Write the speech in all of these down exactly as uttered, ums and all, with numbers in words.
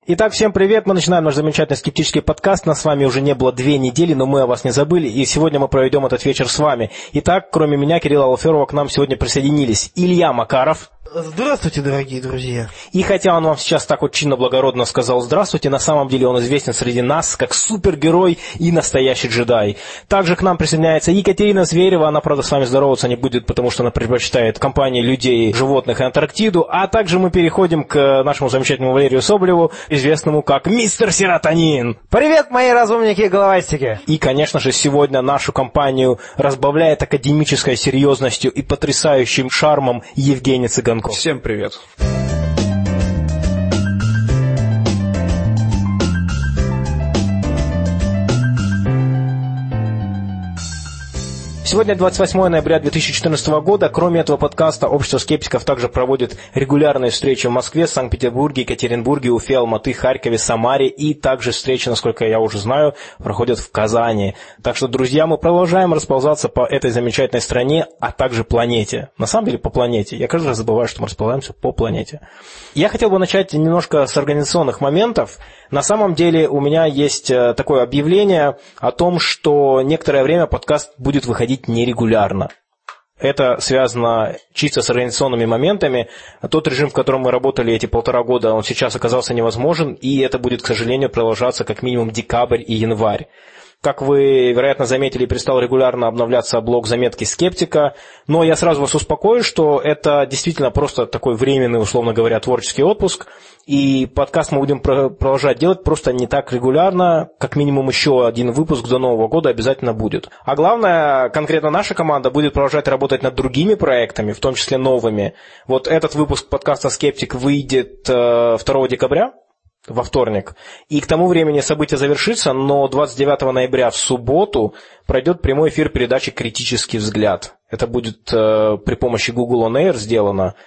Итак, всем привет, мы начинаем наш замечательный скептический подкаст. Нас с вами уже не было две недели, но мы о вас не забыли, и сегодня мы проведем этот вечер с вами. Итак, кроме меня, Кирилла Алферова, к нам сегодня присоединились Илья Макаров. Здравствуйте, дорогие друзья. И хотя он вам сейчас так вот чинно-благородно сказал «здравствуйте», на самом деле он известен среди нас как супергерой и настоящий джедай. Также к нам присоединяется Екатерина Зверева, она, правда, с вами здороваться не будет, потому что она предпочитает компании людей, животных и Антарктиду. А также мы переходим к нашему замечательному Валерию Соболеву, известному как Мистер Серотонин. Привет, мои разумники и головастики. И, конечно же, сегодня нашу компанию разбавляет академической серьезностью и потрясающим шармом Евгений Цыганков. Всем привет. Сегодня двадцать восьмое ноября две тысячи четырнадцатого года. Кроме этого подкаста, Общество скептиков также проводит регулярные встречи в Москве, Санкт-Петербурге, Екатеринбурге, Уфе, Алматы, Харькове, Самаре. И также встречи, насколько я уже знаю, проходят в Казани. Так что, друзья, мы продолжаем расползаться по этой замечательной стране, а также планете. На самом деле, по планете. Я каждый раз забываю, что мы располагаемся по планете. Я хотел бы начать немножко с организационных моментов. На самом деле, у меня есть такое объявление о том, что некоторое время подкаст будет выходить нерегулярно. Это связано чисто с организационными моментами. Тот режим, в котором мы работали эти полтора года, он сейчас оказался невозможен, и это будет, к сожалению, продолжаться как минимум декабрь и январь. Как вы, вероятно, заметили, перестал регулярно обновляться блог «Заметки скептика», но я сразу вас успокою, что это действительно просто такой временный, условно говоря, творческий отпуск, и подкаст мы будем продолжать делать просто не так регулярно, как минимум еще один выпуск до Нового года обязательно будет. А главное, конкретно наша команда будет продолжать работать над другими проектами, в том числе новыми. Вот этот выпуск подкаста «Скептик» выйдет второго декабря. Во вторник. И к тому времени событие завершится, но двадцать девятого ноября в субботу пройдет прямой эфир передачи «Критический взгляд». Это будет э, при помощи Google On Air сделано,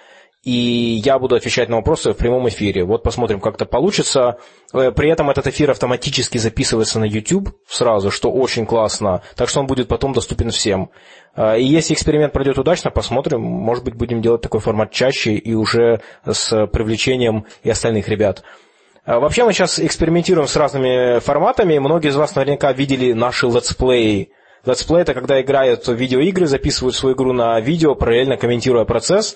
и я буду отвечать на вопросы в прямом эфире. Вот посмотрим, как это получится. При этом этот эфир автоматически записывается на YouTube сразу, что очень классно, так что он будет потом доступен всем. И если эксперимент пройдет удачно, посмотрим, может быть, будем делать такой формат чаще и уже с привлечением и остальных ребят. Вообще мы сейчас экспериментируем с разными форматами. Многие из вас наверняка видели наши летсплеи. Летсплей – это когда играют в видеоигры, записывают свою игру на видео, параллельно комментируя процесс.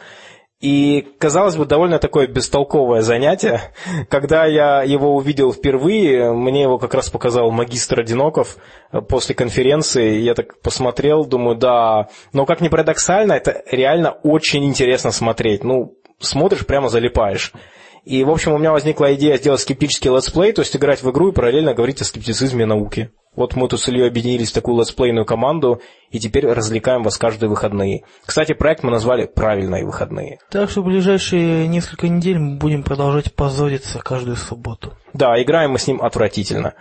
И, казалось бы, довольно такое бестолковое занятие. Когда я его увидел впервые, мне его как раз показал магистр Одиноков после конференции. Я так посмотрел, думаю, да, но как ни парадоксально, это реально очень интересно смотреть. Ну, смотришь, прямо залипаешь. И, в общем, у меня возникла идея сделать скептический летсплей, то есть играть в игру и параллельно говорить о скептицизме науки. Вот мы тут с Ильей объединились в такую летсплейную команду, и теперь развлекаем вас каждые выходные. Кстати, проект мы назвали «Правильные выходные». Так что в ближайшие несколько недель мы будем продолжать позориться каждую субботу. Да, играем мы с ним отвратительно.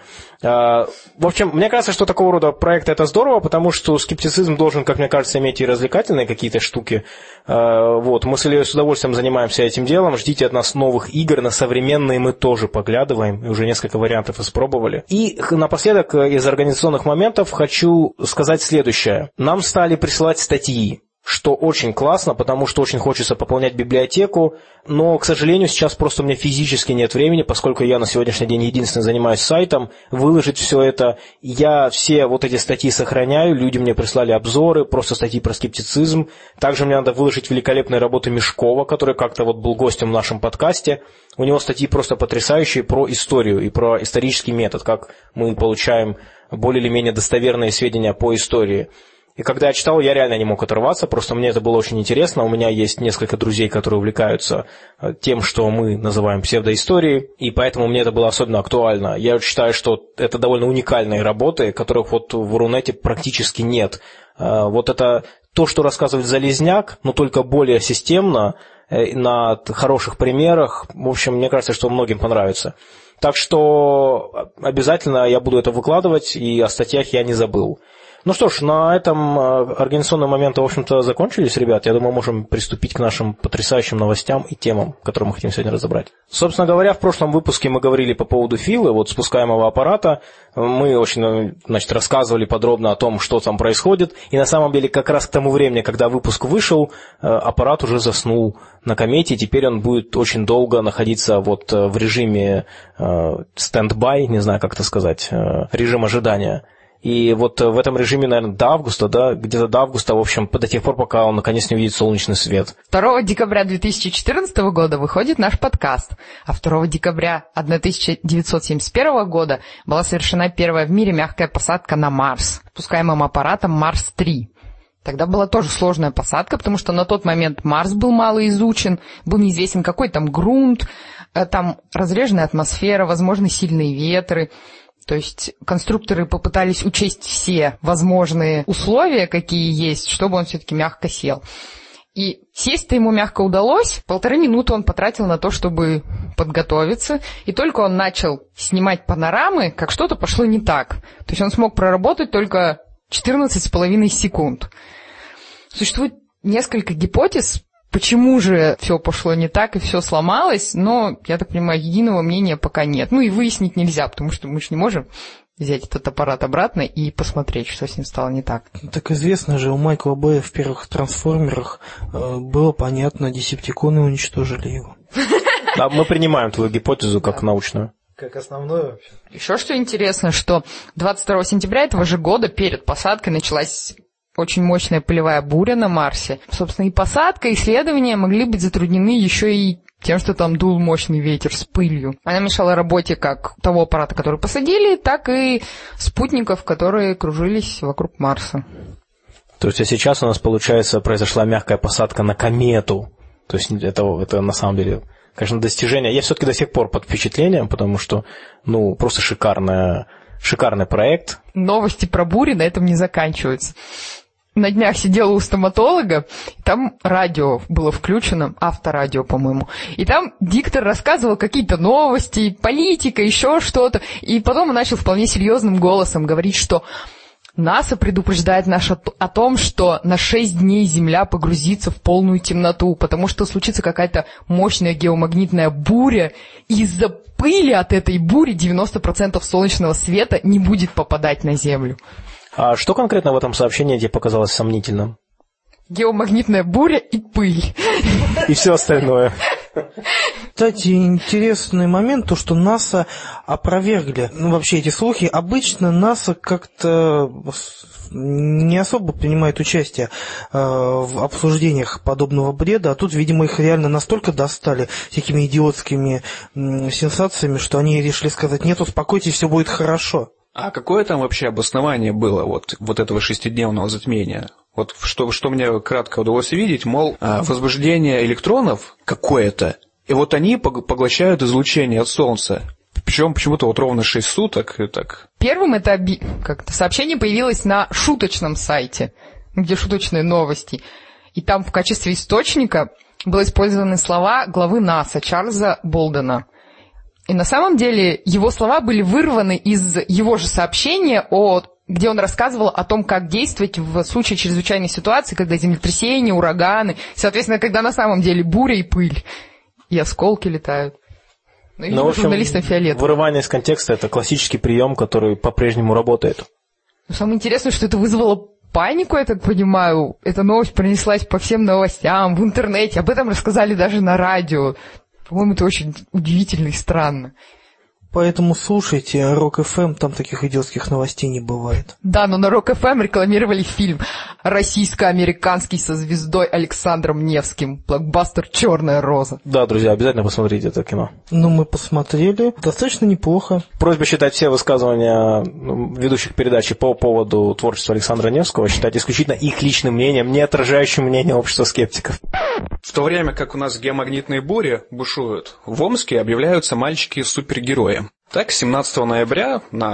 В общем, мне кажется, что такого рода проект это здорово, потому что скептицизм должен, как мне кажется, иметь и развлекательные какие-то штуки. Вот, мы с Ильей с удовольствием занимаемся этим делом. Ждите от нас новых игр, на современные мы тоже поглядываем, и уже несколько вариантов испробовали. И напоследок из организационных моментов хочу сказать следующее. Нам стали присылать статьи, что очень классно, потому что очень хочется пополнять библиотеку, но, к сожалению, сейчас просто у меня физически нет времени, поскольку я на сегодняшний день единственный занимаюсь сайтом, выложить все это. Я все вот эти статьи сохраняю, люди мне прислали обзоры, просто статьи про скептицизм. Также мне надо выложить великолепные работы Мешкова, который как-то вот был гостем в нашем подкасте. У него статьи просто потрясающие про историю и про исторический метод, как мы получаем более или менее достоверные сведения по истории. И когда я читал, я реально не мог оторваться, просто мне это было очень интересно. У меня есть несколько друзей, которые увлекаются тем, что мы называем псевдоисторией, и поэтому мне это было особенно актуально. Я считаю, что это довольно уникальные работы, которых вот в Рунете практически нет. Вот это то, что рассказывает Залезняк, но только более системно, на хороших примерах. В общем, мне кажется, что многим понравится. Так что обязательно я буду это выкладывать, и о статьях я не забыл. Ну что ж, на этом организационные моменты, в общем-то, закончились, ребят. Я думаю, можем приступить к нашим потрясающим новостям и темам, которые мы хотим сегодня разобрать. Собственно говоря, в прошлом выпуске мы говорили по поводу Филы, вот спускаемого аппарата. Мы очень, значит, рассказывали подробно о том, что там происходит. И на самом деле, как раз к тому времени, когда выпуск вышел, аппарат уже заснул на комете, и теперь он будет очень долго находиться вот в режиме стенд-бай, не знаю, как это сказать, режим ожидания. И вот в этом режиме, наверное, до августа, да, где-то до августа, в общем, до тех пор, пока он наконец не увидит солнечный свет. второго декабря две тысячи четырнадцатого года выходит наш подкаст, а второго декабря тысяча девятьсот семьдесят первого года была совершена первая в мире мягкая посадка на Марс, спускаемым аппаратом Марс три. Тогда была тоже сложная посадка, потому что на тот момент Марс был мало изучен, был неизвестен какой там грунт, там разреженная атмосфера, возможны сильные ветры. То есть конструкторы попытались учесть все возможные условия, какие есть, чтобы он все-таки мягко сел. И сесть-то ему мягко удалось. Полторы минуты он потратил на то, чтобы подготовиться. И только он начал снимать панорамы, как что-то пошло не так. То есть он смог проработать только четырнадцать с половиной секунд. Существует несколько гипотез, почему же все пошло не так и все сломалось, но, я так понимаю, единого мнения пока нет. Ну и выяснить нельзя, потому что мы же не можем взять этот аппарат обратно и посмотреть, что с ним стало не так. Так известно же, у Майкла Бэя в первых «Трансформерах» э, было понятно, десептиконы уничтожили его. Да, мы принимаем твою гипотезу как научную. Как основное вообще. Еще что интересно, что двадцать второго сентября этого же года перед посадкой началась очень мощная пылевая буря на Марсе. Собственно, и посадка, и исследования могли быть затруднены еще и тем, что там дул мощный ветер с пылью. Она мешала работе как того аппарата, который посадили, так и спутников, которые кружились вокруг Марса. То есть, а сейчас у нас, получается, произошла мягкая посадка на комету. То есть, это, это на самом деле, конечно, достижение. Я все-таки до сих пор под впечатлением, потому что, ну, просто шикарная, шикарный проект. Новости про бури на этом не заканчиваются. На днях сидела у стоматолога, там радио было включено, авторадио, по-моему. И там диктор рассказывал какие-то новости, политика, еще что-то. И потом он начал вполне серьезным голосом говорить, что НАСА предупреждает нас о том, что на шесть дней Земля погрузится в полную темноту, потому что случится какая-то мощная геомагнитная буря, и из-за пыли от этой бури девяносто процентов солнечного света не будет попадать на Землю. А что конкретно в этом сообщении тебе показалось сомнительным? Геомагнитная буря и пыль. И все остальное. Кстати, интересный момент, то, что НАСА опровергли, ну, вообще эти слухи. Обычно НАСА как-то не особо принимает участие э, в обсуждениях подобного бреда, а тут, видимо, их реально настолько достали всякими идиотскими м, сенсациями, что они решили сказать: нет, успокойтесь, все будет хорошо. А какое там вообще обоснование было вот, вот этого шестидневного затмения? Вот что, что мне кратко удалось видеть, мол, возбуждение электронов какое-то, и вот они поглощают излучение от Солнца. Причем почему-то вот ровно шесть суток. И так. Первым это оби... как-то сообщение появилось на шуточном сайте, где шуточные новости. И там в качестве источника были использованы слова главы НАСА Чарльза Болдена. И на самом деле его слова были вырваны из его же сообщения, о, где он рассказывал о том, как действовать в случае чрезвычайной ситуации, когда землетрясения, ураганы, соответственно, когда на самом деле буря и пыль, и осколки летают. Ну, ну в общем, журналистам фиолетово. Вырывание из контекста – это классический прием, который по-прежнему работает. Но самое интересное, что это вызвало панику, я так понимаю. Эта новость пронеслась по всем новостям, в интернете, об этом рассказали даже на радио. По-моему, это очень удивительно и странно. Поэтому слушайте Рок эф эм, там таких идиотских новостей не бывает. Да, но на Рок эф эм рекламировали фильм российско-американский со звездой Александром Невским. Блокбастер «Черная роза». Да, друзья, обязательно посмотрите это кино. Ну, мы посмотрели. Достаточно неплохо. Просьба считать все высказывания ведущих передачи по поводу творчества Александра Невского считать исключительно их личным мнением, не отражающим мнение общества скептиков. В то время как у нас геомагнитные бури бушуют, в Омске объявляются мальчики-супергерои. Так, семнадцатого ноября на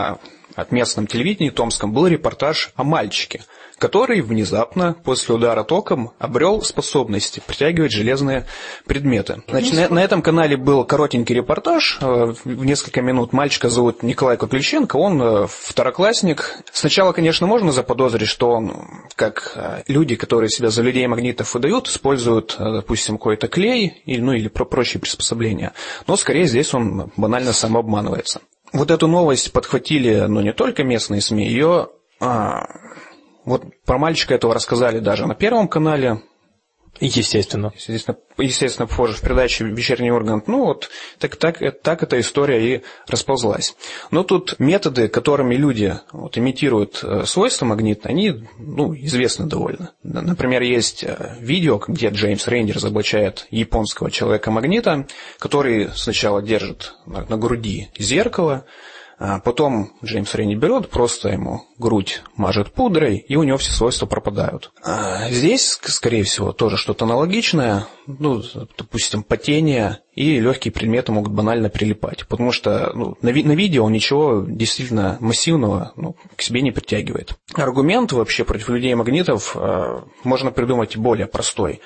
от местном телевидении томском был репортаж о мальчике, который внезапно после удара током обрел способности притягивать железные предметы. Значит, на, на этом канале был коротенький репортаж в несколько минут. Мальчика зовут Николай Котлюченко, он второклассник. Сначала, конечно, можно заподозрить, что он, как люди, которые себя за людей магнитов выдают, используют, допустим, какой-то клей или, ну, или прочие приспособления. Но скорее здесь он банально самообманывается. Вот эту новость подхватили, ну, не только местные СМИ, ее... А, вот про мальчика этого рассказали даже на Первом канале. Естественно. Естественно, естественно, позже в передаче «Вечерний Ургант». Ну, вот так, так, так эта история и расползлась. Но тут методы, которыми люди вот, имитируют свойства магнита, они, ну, известны довольно. Например, есть видео, где Джеймс Рейни разоблачает японского человека-магнита, который сначала держит на, на груди зеркало, а потом Джеймс Рейни берет, просто ему грудь мажет пудрой, и у него все свойства пропадают. А здесь, скорее всего, тоже что-то аналогичное. Ну, допустим, потение и легкие предметы могут банально прилипать. Потому что ну, на, ви- на видео он ничего действительно массивного ну, к себе не притягивает. Аргумент вообще против людей-магнитов э, можно придумать более простой.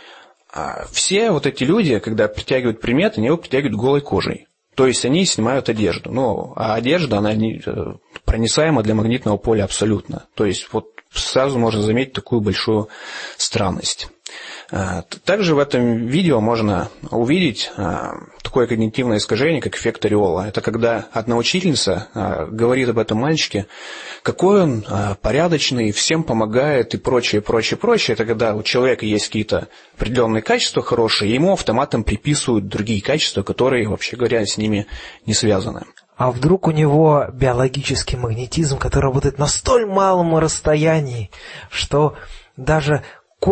А все вот эти люди, когда притягивают предметы, они его притягивают голой кожей. То есть они снимают одежду. Ну, а одежда, она не, проницаема для магнитного поля абсолютно. То есть вот сразу можно заметить такую большую странность. Также в этом видео можно увидеть такое когнитивное искажение, как эффект ореола. Это когда одна учительница говорит об этом мальчике, какой он порядочный, всем помогает и прочее, прочее, прочее. Это когда у человека есть какие-то определенные качества хорошие, и ему автоматом приписывают другие качества, которые, вообще говоря, с ними не связаны. А вдруг у него биологический магнетизм, который работает на столь малом расстоянии, что даже...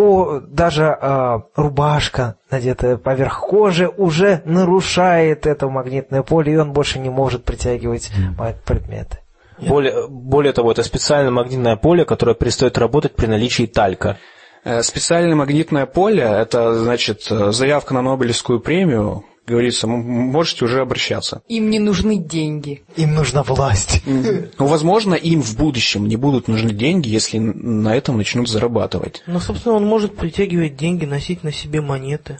Даже э, рубашка, надетая поверх кожи, уже нарушает это магнитное поле, и он больше не может притягивать предметы. Более, более того, это специальное магнитное поле, которое перестает работать при наличии талька. Специальное магнитное поле – это, значит, заявка на Нобелевскую премию. Говорится, можете уже обращаться. Им не нужны деньги. Им нужна власть. Ну, возможно, им в будущем не будут нужны деньги, если на этом начнут зарабатывать. Ну, собственно, он может притягивать деньги, носить на себе монеты.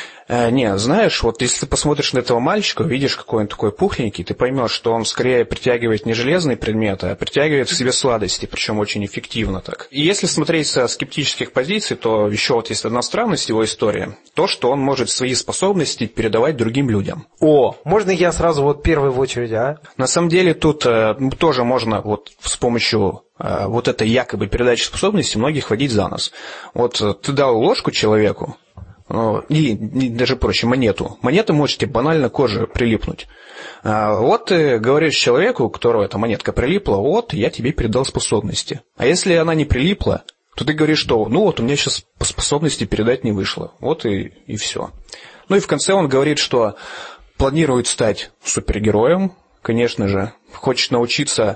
Не, знаешь, вот если ты посмотришь на этого мальчика, увидишь, какой он такой пухленький, ты поймешь, что он скорее притягивает не железные предметы, а притягивает к себе сладости, причем очень эффективно так. И если смотреть со скептических позиций, то еще вот есть одна странность его истории, то, что он может свои способности передавать другим людям. О, можно я сразу вот первый в очереди, а? На самом деле тут э, тоже можно вот с помощью э, вот этой якобы передачи способностей многих водить за нос. Вот э, ты дал ложку человеку, или даже проще, монету. Монета может тебе банально к коже прилипнуть. Вот ты говоришь человеку, у которого эта монетка прилипла, вот я тебе передал способности. А если она не прилипла, то ты говоришь, что ну вот у меня сейчас по способности передать не вышло. Вот и, и все. Ну и в конце он говорит, что планирует стать супергероем, конечно же, хочет научиться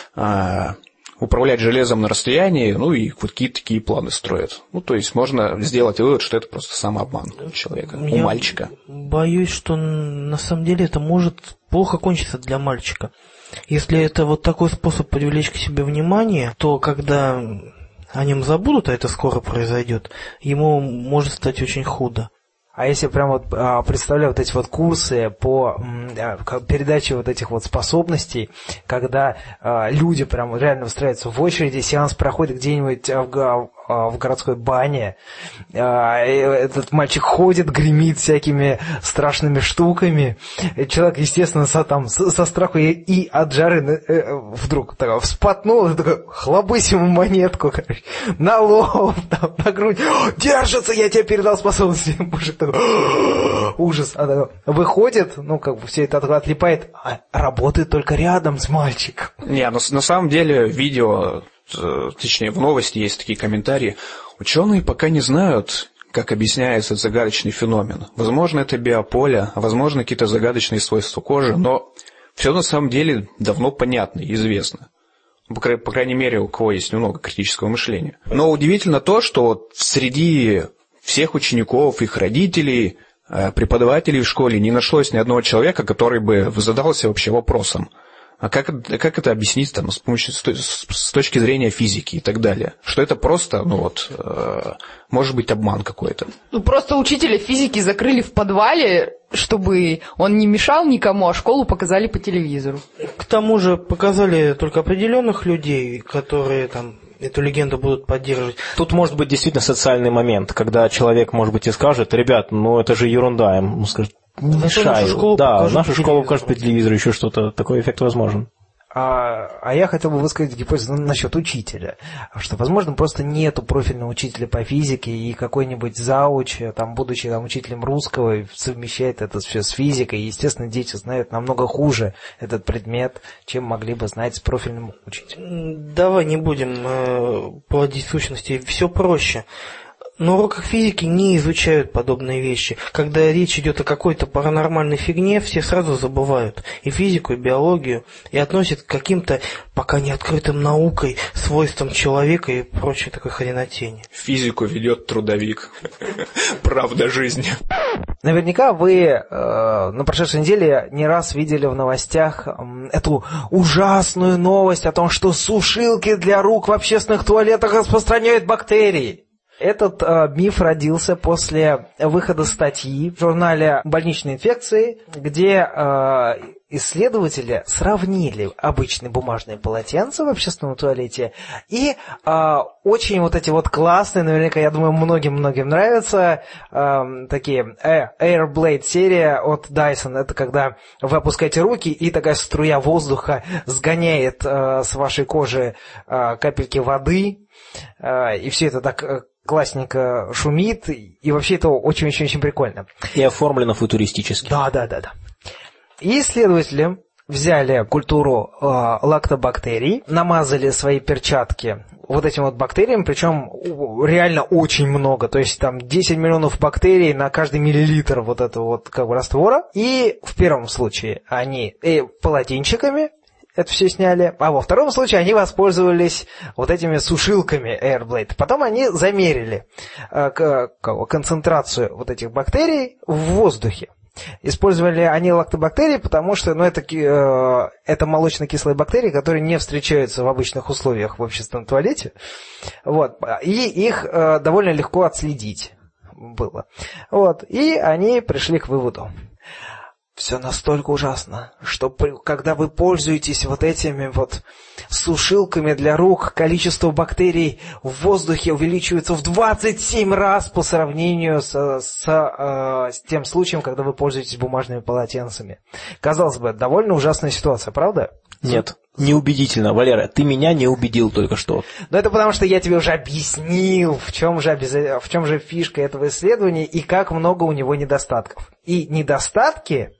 а, управлять железом на расстоянии, ну и вот какие-то такие планы строят. Ну, то есть можно сделать вывод, что это просто самообман у человека, у Я мальчика. Боюсь, что на самом деле это может плохо кончиться для мальчика. Если это вот такой способ привлечь к себе внимание, то когда о нем забудут, а это скоро произойдет, ему может стать очень худо. А если прям вот а, представляю вот эти вот курсы по а, передаче вот этих вот способностей, когда а, люди прям реально выстраиваются в очереди, сеанс проходит где-нибудь а, в, а, в городской бане, а, и этот мальчик ходит, гремит всякими страшными штуками, и человек, естественно, со, там, со, со страху и, и от жары э, вдруг так, вспотнул, и такой, хлобысь ему монетку, короче, на лоб, там, на грудь, держится, я тебе передал способности, мужик такой, ужас, а выходит, ну, как бы все это отлипает, а работает только рядом с мальчиком. Не, но на самом деле видео, точнее в новости есть такие комментарии, ученые пока не знают, как объясняется этот загадочный феномен. Возможно, это биополе, а возможно, какие-то загадочные свойства кожи, но все на самом деле давно понятно и известно. По, по крайней мере, у кого есть немного критического мышления. Но удивительно то, что вот среди всех учеников, их родителей, преподавателей в школе не нашлось ни одного человека, который бы задался вообще вопросом, А как, как это объяснить там, с, помощью, с, с точки зрения физики и так далее? Что это просто, ну вот, э, может быть, обман какой-то. Ну, просто учителя физики закрыли в подвале, чтобы он не мешал никому, а школу показали по телевизору. К тому же показали только определенных людей, которые там эту легенду будут поддерживать. Тут может быть действительно социальный момент, когда человек, может быть, и скажет: ребят, ну это же ерунда, ему скажут: не мешай. Да, нашу школу покажут по телевизору, еще что-то, такой эффект возможен. А, а я хотел бы высказать гипотезу насчет учителя, что, возможно, просто нету профильного учителя по физике, и какой-нибудь зауч, там, будучи там, учителем русского, совмещает это все с физикой, и, естественно, дети знают намного хуже этот предмет, чем могли бы знать с профильным учителем. Давай не будем э, плодить сущности, все проще. На уроках физики не изучают подобные вещи. Когда речь идет о какой-то паранормальной фигне, все сразу забывают и физику, и биологию, и относят к каким-то пока не открытым наукой свойствам человека и прочей такой хренотени. Физику ведет трудовик. Правда жизни. Наверняка вы э, на прошедшей неделе не раз видели в новостях э, эту ужасную новость о том, что сушилки для рук в общественных туалетах распространяют бактерии. Этот э, миф родился после выхода статьи в журнале «Больничные инфекции», где э, исследователи сравнили обычные бумажные полотенца в общественном туалете и э, очень вот эти вот классные, наверняка, я думаю, многим-многим нравятся, э, такие Airblade серия от Dyson. Это когда вы опускаете руки, и такая струя воздуха сгоняет э, с вашей кожи э, капельки воды, э, и все это так... Э, классненько шумит, и вообще это очень-очень-очень прикольно. И оформлено футуристически. Да, да, да, да. И исследователи взяли культуру э, лактобактерий, намазали свои перчатки вот этим вот бактериям, причем реально очень много, то есть там десять миллионов бактерий на каждый миллилитр вот этого вот как бы раствора. И в первом случае они э, полотенчиками это все сняли, а во втором случае они воспользовались вот этими сушилками Airblade. Потом они замерили э, к, к, концентрацию вот этих бактерий в воздухе. Использовали они лактобактерии, потому что ну, это, э, это молочно-кислые бактерии, которые не встречаются в обычных условиях в общественном туалете. Вот. И их э, довольно легко отследить было. Вот. И они пришли к выводу. Все настолько ужасно, что при, когда вы пользуетесь вот этими вот сушилками для рук, количество бактерий в воздухе увеличивается в двадцать семь раз по сравнению с, с, э, с тем случаем, когда вы пользуетесь бумажными полотенцами. Казалось бы, довольно ужасная ситуация, правда? Нет, неубедительно. Валера, ты меня не убедил только что. Ну это потому, что я тебе уже объяснил, в чем же, обяз... в чем же фишка этого исследования и как много у него недостатков. И недостатки...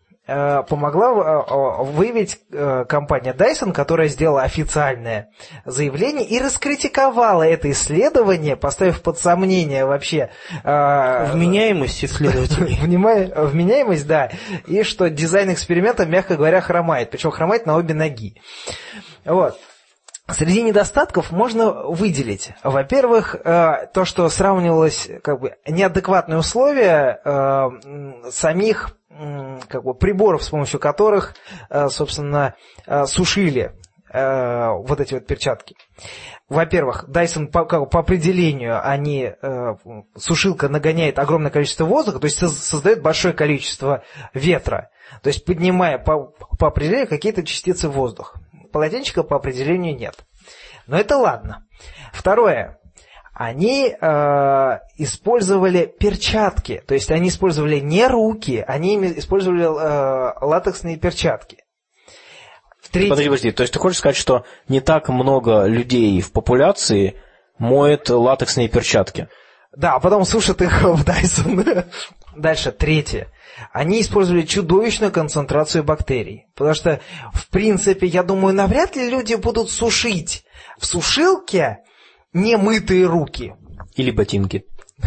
помогла выявить компания Dyson, которая сделала официальное заявление и раскритиковала это исследование, поставив под сомнение вообще... Вменяемость исследователей. Вменяемость, да. И что дизайн эксперимента, мягко говоря, хромает. Причем хромает на обе ноги. Вот. Среди недостатков можно выделить, во-первых, то, что сравнивалось как бы неадекватные условия самих как бы приборов, с помощью которых, собственно, сушили вот эти вот перчатки. Во-первых, Dyson по, как, по определению они, сушилка нагоняет огромное количество воздуха, то есть создает большое количество ветра, то есть поднимая по, по определению какие-то частицы воздуха. Полотенчика по определению нет. Но это ладно. Второе. Они э, использовали перчатки. То есть они использовали не руки, они использовали э, латексные перчатки. В-третьих... Подожди, подожди. То есть ты хочешь сказать, что не так много людей в популяции моют латексные перчатки? Да, а потом сушат их в Dyson. Дальше, третье. Они использовали чудовищную концентрацию бактерий. Потому что, в принципе, я думаю, навряд ли люди будут сушить в сушилке немытые руки. Или ботинки.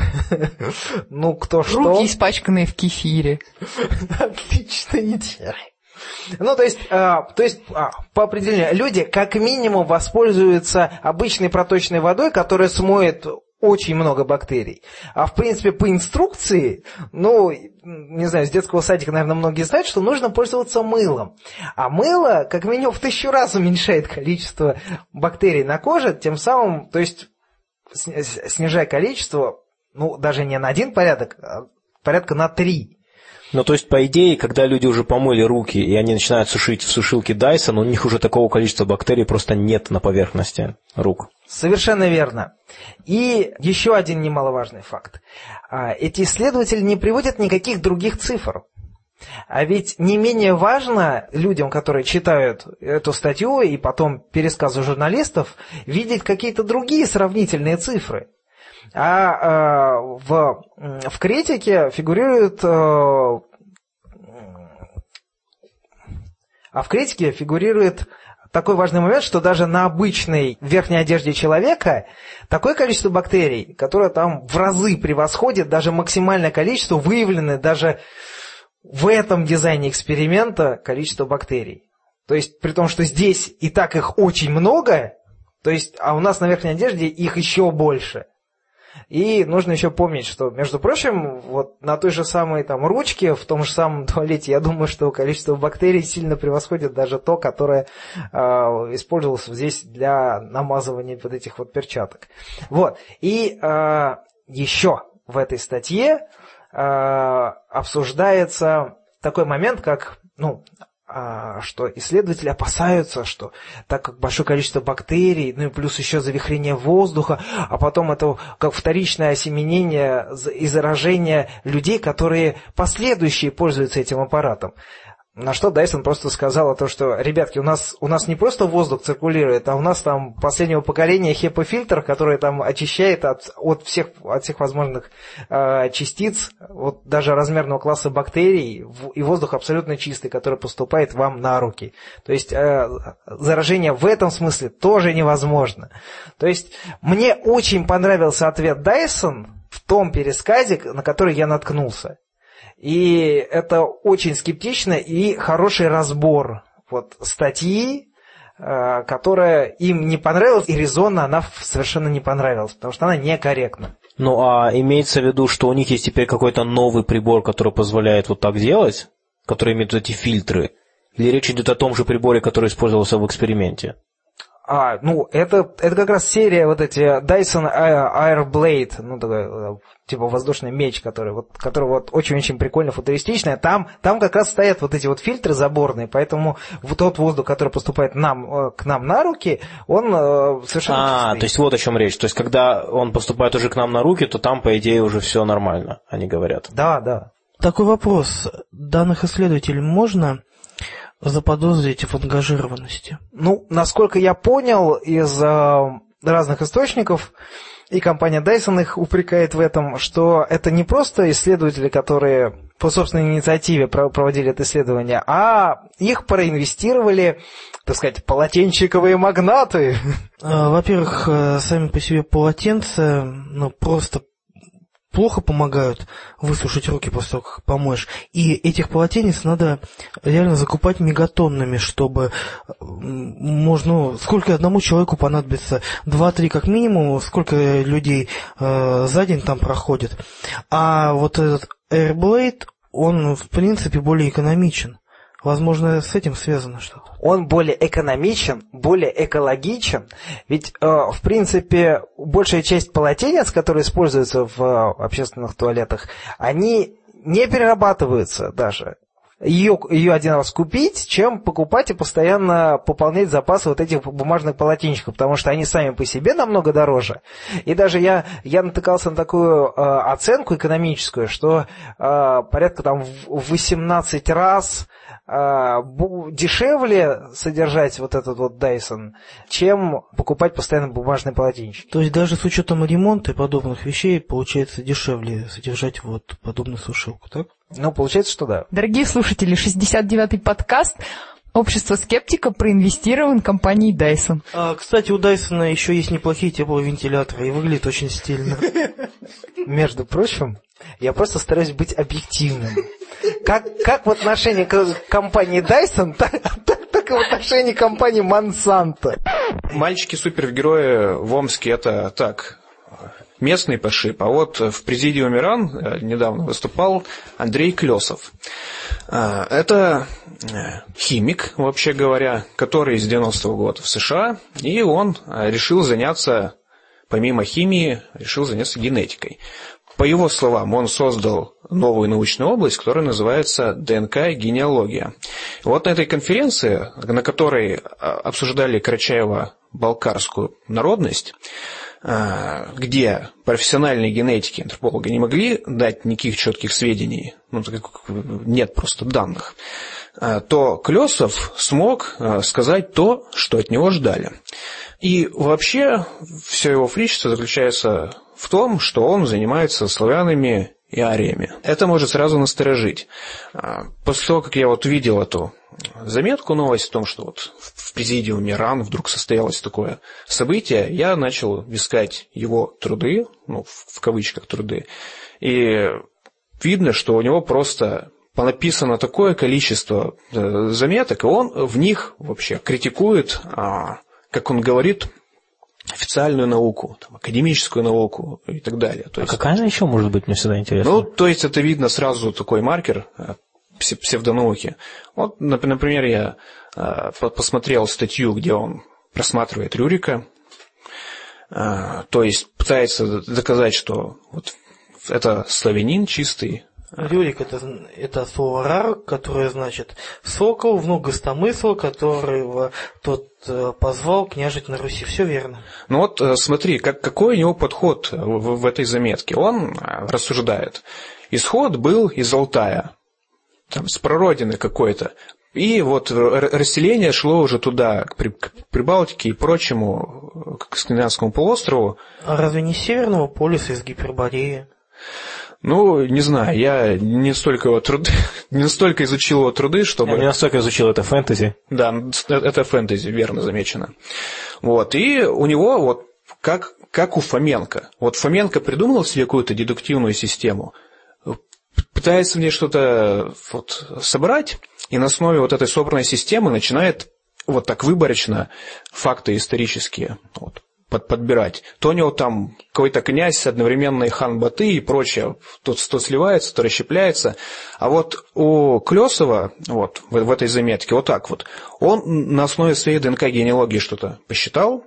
Ну, кто что. Руки, испачканные в кефире. Отличная идея. Ну, то есть, а, то есть а, по определению, люди как минимум воспользуются обычной проточной водой, которая смоет очень много бактерий. А в принципе по инструкции, ну, не знаю, с детского садика, наверное, многие знают, что нужно пользоваться мылом. А мыло как минимум в тысячу раз уменьшает количество бактерий на коже, тем самым, то есть снижая количество, ну, даже не на один порядок, а порядка на три. Ну, то есть, по идее, когда люди уже помыли руки, и они начинают сушить в сушилке Dyson, у них уже такого количества бактерий просто нет на поверхности рук. Совершенно верно. И еще один немаловажный факт. Эти исследователи не приводят никаких других цифр. А ведь не менее важно людям, которые читают эту статью и потом пересказы журналистов, видеть какие-то другие сравнительные цифры. А э, в, в критике фигурирует, э, а в критике фигурирует такой важный момент, что даже на обычной верхней одежде человека такое количество бактерий, которое там в разы превосходит даже максимальное количество, выявленное даже в этом дизайне эксперимента количество бактерий. То есть, при том, что здесь и так их очень много, то есть, а у нас на верхней одежде их еще больше. И нужно еще помнить, что, между прочим, вот на той же самой там ручке, в том же самом туалете, я думаю, что количество бактерий сильно превосходит даже то, которое э, использовалось здесь для намазывания вот этих вот перчаток. Вот. И э, еще в этой статье э, обсуждается такой момент, как, ну, что исследователи опасаются, что так как большое количество бактерий, ну и плюс еще завихрение воздуха, а потом это как вторичное осеменение и заражение людей, которые последующие пользуются этим аппаратом. На что Дайсон просто сказал о том, что, ребятки, у нас, у нас не просто воздух циркулирует, а у нас там последнего поколения хепа-фильтр, который там очищает от, от, всех, от всех возможных э, частиц, вот даже размерного класса бактерий, в, и воздух абсолютно чистый, который поступает вам на руки. То есть э, заражение в этом смысле тоже невозможно. То есть мне очень понравился ответ Дайсон в том пересказе, на который я наткнулся. И это очень скептично и хороший разбор вот статьи, э, которая им не понравилась, и резонно она совершенно не понравилась, потому что она некорректна. Ну, а имеется в виду, что у них есть теперь какой-то новый прибор, который позволяет вот так делать, который имеет эти фильтры? Или речь идет о том же приборе, который использовался в эксперименте? А, ну, это, это как раз серия вот эти Dyson Airblade, ну, такой, типа воздушный меч, который вот, который вот очень-очень прикольно футуристичный. Там, там как раз стоят вот эти вот фильтры заборные, поэтому вот тот воздух, который поступает нам, к нам на руки, он совершенно А, чистый. То есть вот о чем речь. То есть когда он поступает уже к нам на руки, то там, по идее, уже все нормально, они говорят. Да, да. Такой вопрос. Данных исследователей можно заподозрить в ангажированности? Ну, насколько я понял из э, разных источников, и компания Dyson их упрекает в этом, что это не просто исследователи, которые по собственной инициативе проводили это исследование, а их проинвестировали, так сказать, полотенчиковые магнаты. Во-первых, сами по себе полотенца, ну, просто плохо помогают высушить руки после того, как помоешь. И этих полотенец надо реально закупать мегатоннами, чтобы можно... Сколько одному человеку понадобится? Два-три как минимум, сколько людей э, за день там проходит. А вот этот Airblade, он в принципе более экономичен. Возможно, с этим связано что-то. Он более экономичен, более экологичен. Ведь, э, в принципе, большая часть полотенец, которые используются в э, общественных туалетах, они не перерабатываются даже. Ее, ее один раз купить, чем покупать и постоянно пополнять запасы вот этих бумажных полотенчиков, потому что они сами по себе намного дороже. И даже я, я натыкался на такую э, оценку экономическую, что э, порядка там в восемнадцать раз дешевле содержать вот этот вот Dyson, чем покупать постоянно бумажные полотенчики. То есть даже с учетом ремонта и подобных вещей получается дешевле содержать вот подобную сушилку, так? Ну, получается, что да. Дорогие слушатели, шестьдесят девятый подкаст «Общество скептика» проинвестирован компанией Dyson. А, кстати, у Dyson еще есть неплохие тепловентиляторы и выглядит очень стильно. Между прочим, я просто стараюсь быть объективным. Как, как в отношении компании Dyson, так, так, так и в отношении компании Monsanto. Мальчики-супергерои в Омске — это так, местный пошиб. А вот в президиуме РАН недавно выступал Андрей Клёсов. Это химик, вообще говоря, который с девяностого года в США, и он решил заняться, помимо химии, решил заняться генетикой. По его словам, он создал новую научную область, которая называется ДНК-генеалогия. Вот на этой конференции, на которой обсуждали карачаево-балкарскую народность, где профессиональные генетики, антропологи не могли дать никаких четких сведений, ну, нет просто данных, то Клёсов смог сказать то, что от него ждали. И вообще все его фричество заключается в том, что он занимается славянами и ариями. Это может сразу насторожить. После того, как я вот видел эту заметку, новость о том, что вот в президиуме РАН вдруг состоялось такое событие, я начал искать его труды, ну, в кавычках труды, и видно, что у него просто понаписано такое количество заметок, и он в них вообще критикует, как он говорит, официальную науку, там, академическую науку и так далее. То а есть, какая она еще может быть, мне всегда интересно? Ну, то есть это видно сразу такой маркер псевдонауки. Вот, например, я посмотрел статью, где он просматривает Рюрика, то есть пытается доказать, что вот это славянин чистый. Рюрик это, это слово рар, которое значит сокол, внук гостомысла, которого тот позвал княжить на Руси. Все верно. Ну вот смотри, как, какой у него подход в, в этой заметке. Он рассуждает. Исход был из Алтая, там, с прародины какой-то. И вот расселение шло уже туда, к Прибалтике и прочему, к Скандинавскому полуострову. А разве не с Северного полюса, из Гипербореи? Ну, не знаю, я не столько его труды, не настолько изучил его труды, чтобы... Я не настолько изучил это фэнтези. Да, это фэнтези, верно замечено. Вот, и у него вот как, как у Фоменко. Вот Фоменко придумал себе какую-то дедуктивную систему, пытается в ней что-то вот собрать, и на основе вот этой собранной системы начинает вот так выборочно факты исторические вот, подбирать. То у него там какой-то князь, одновременно и хан Баты и прочее, то, то сливается, то расщепляется. А вот у Клёсова, вот в, в этой заметке, вот так вот, он на основе своей ДНК-генеалогии что-то посчитал,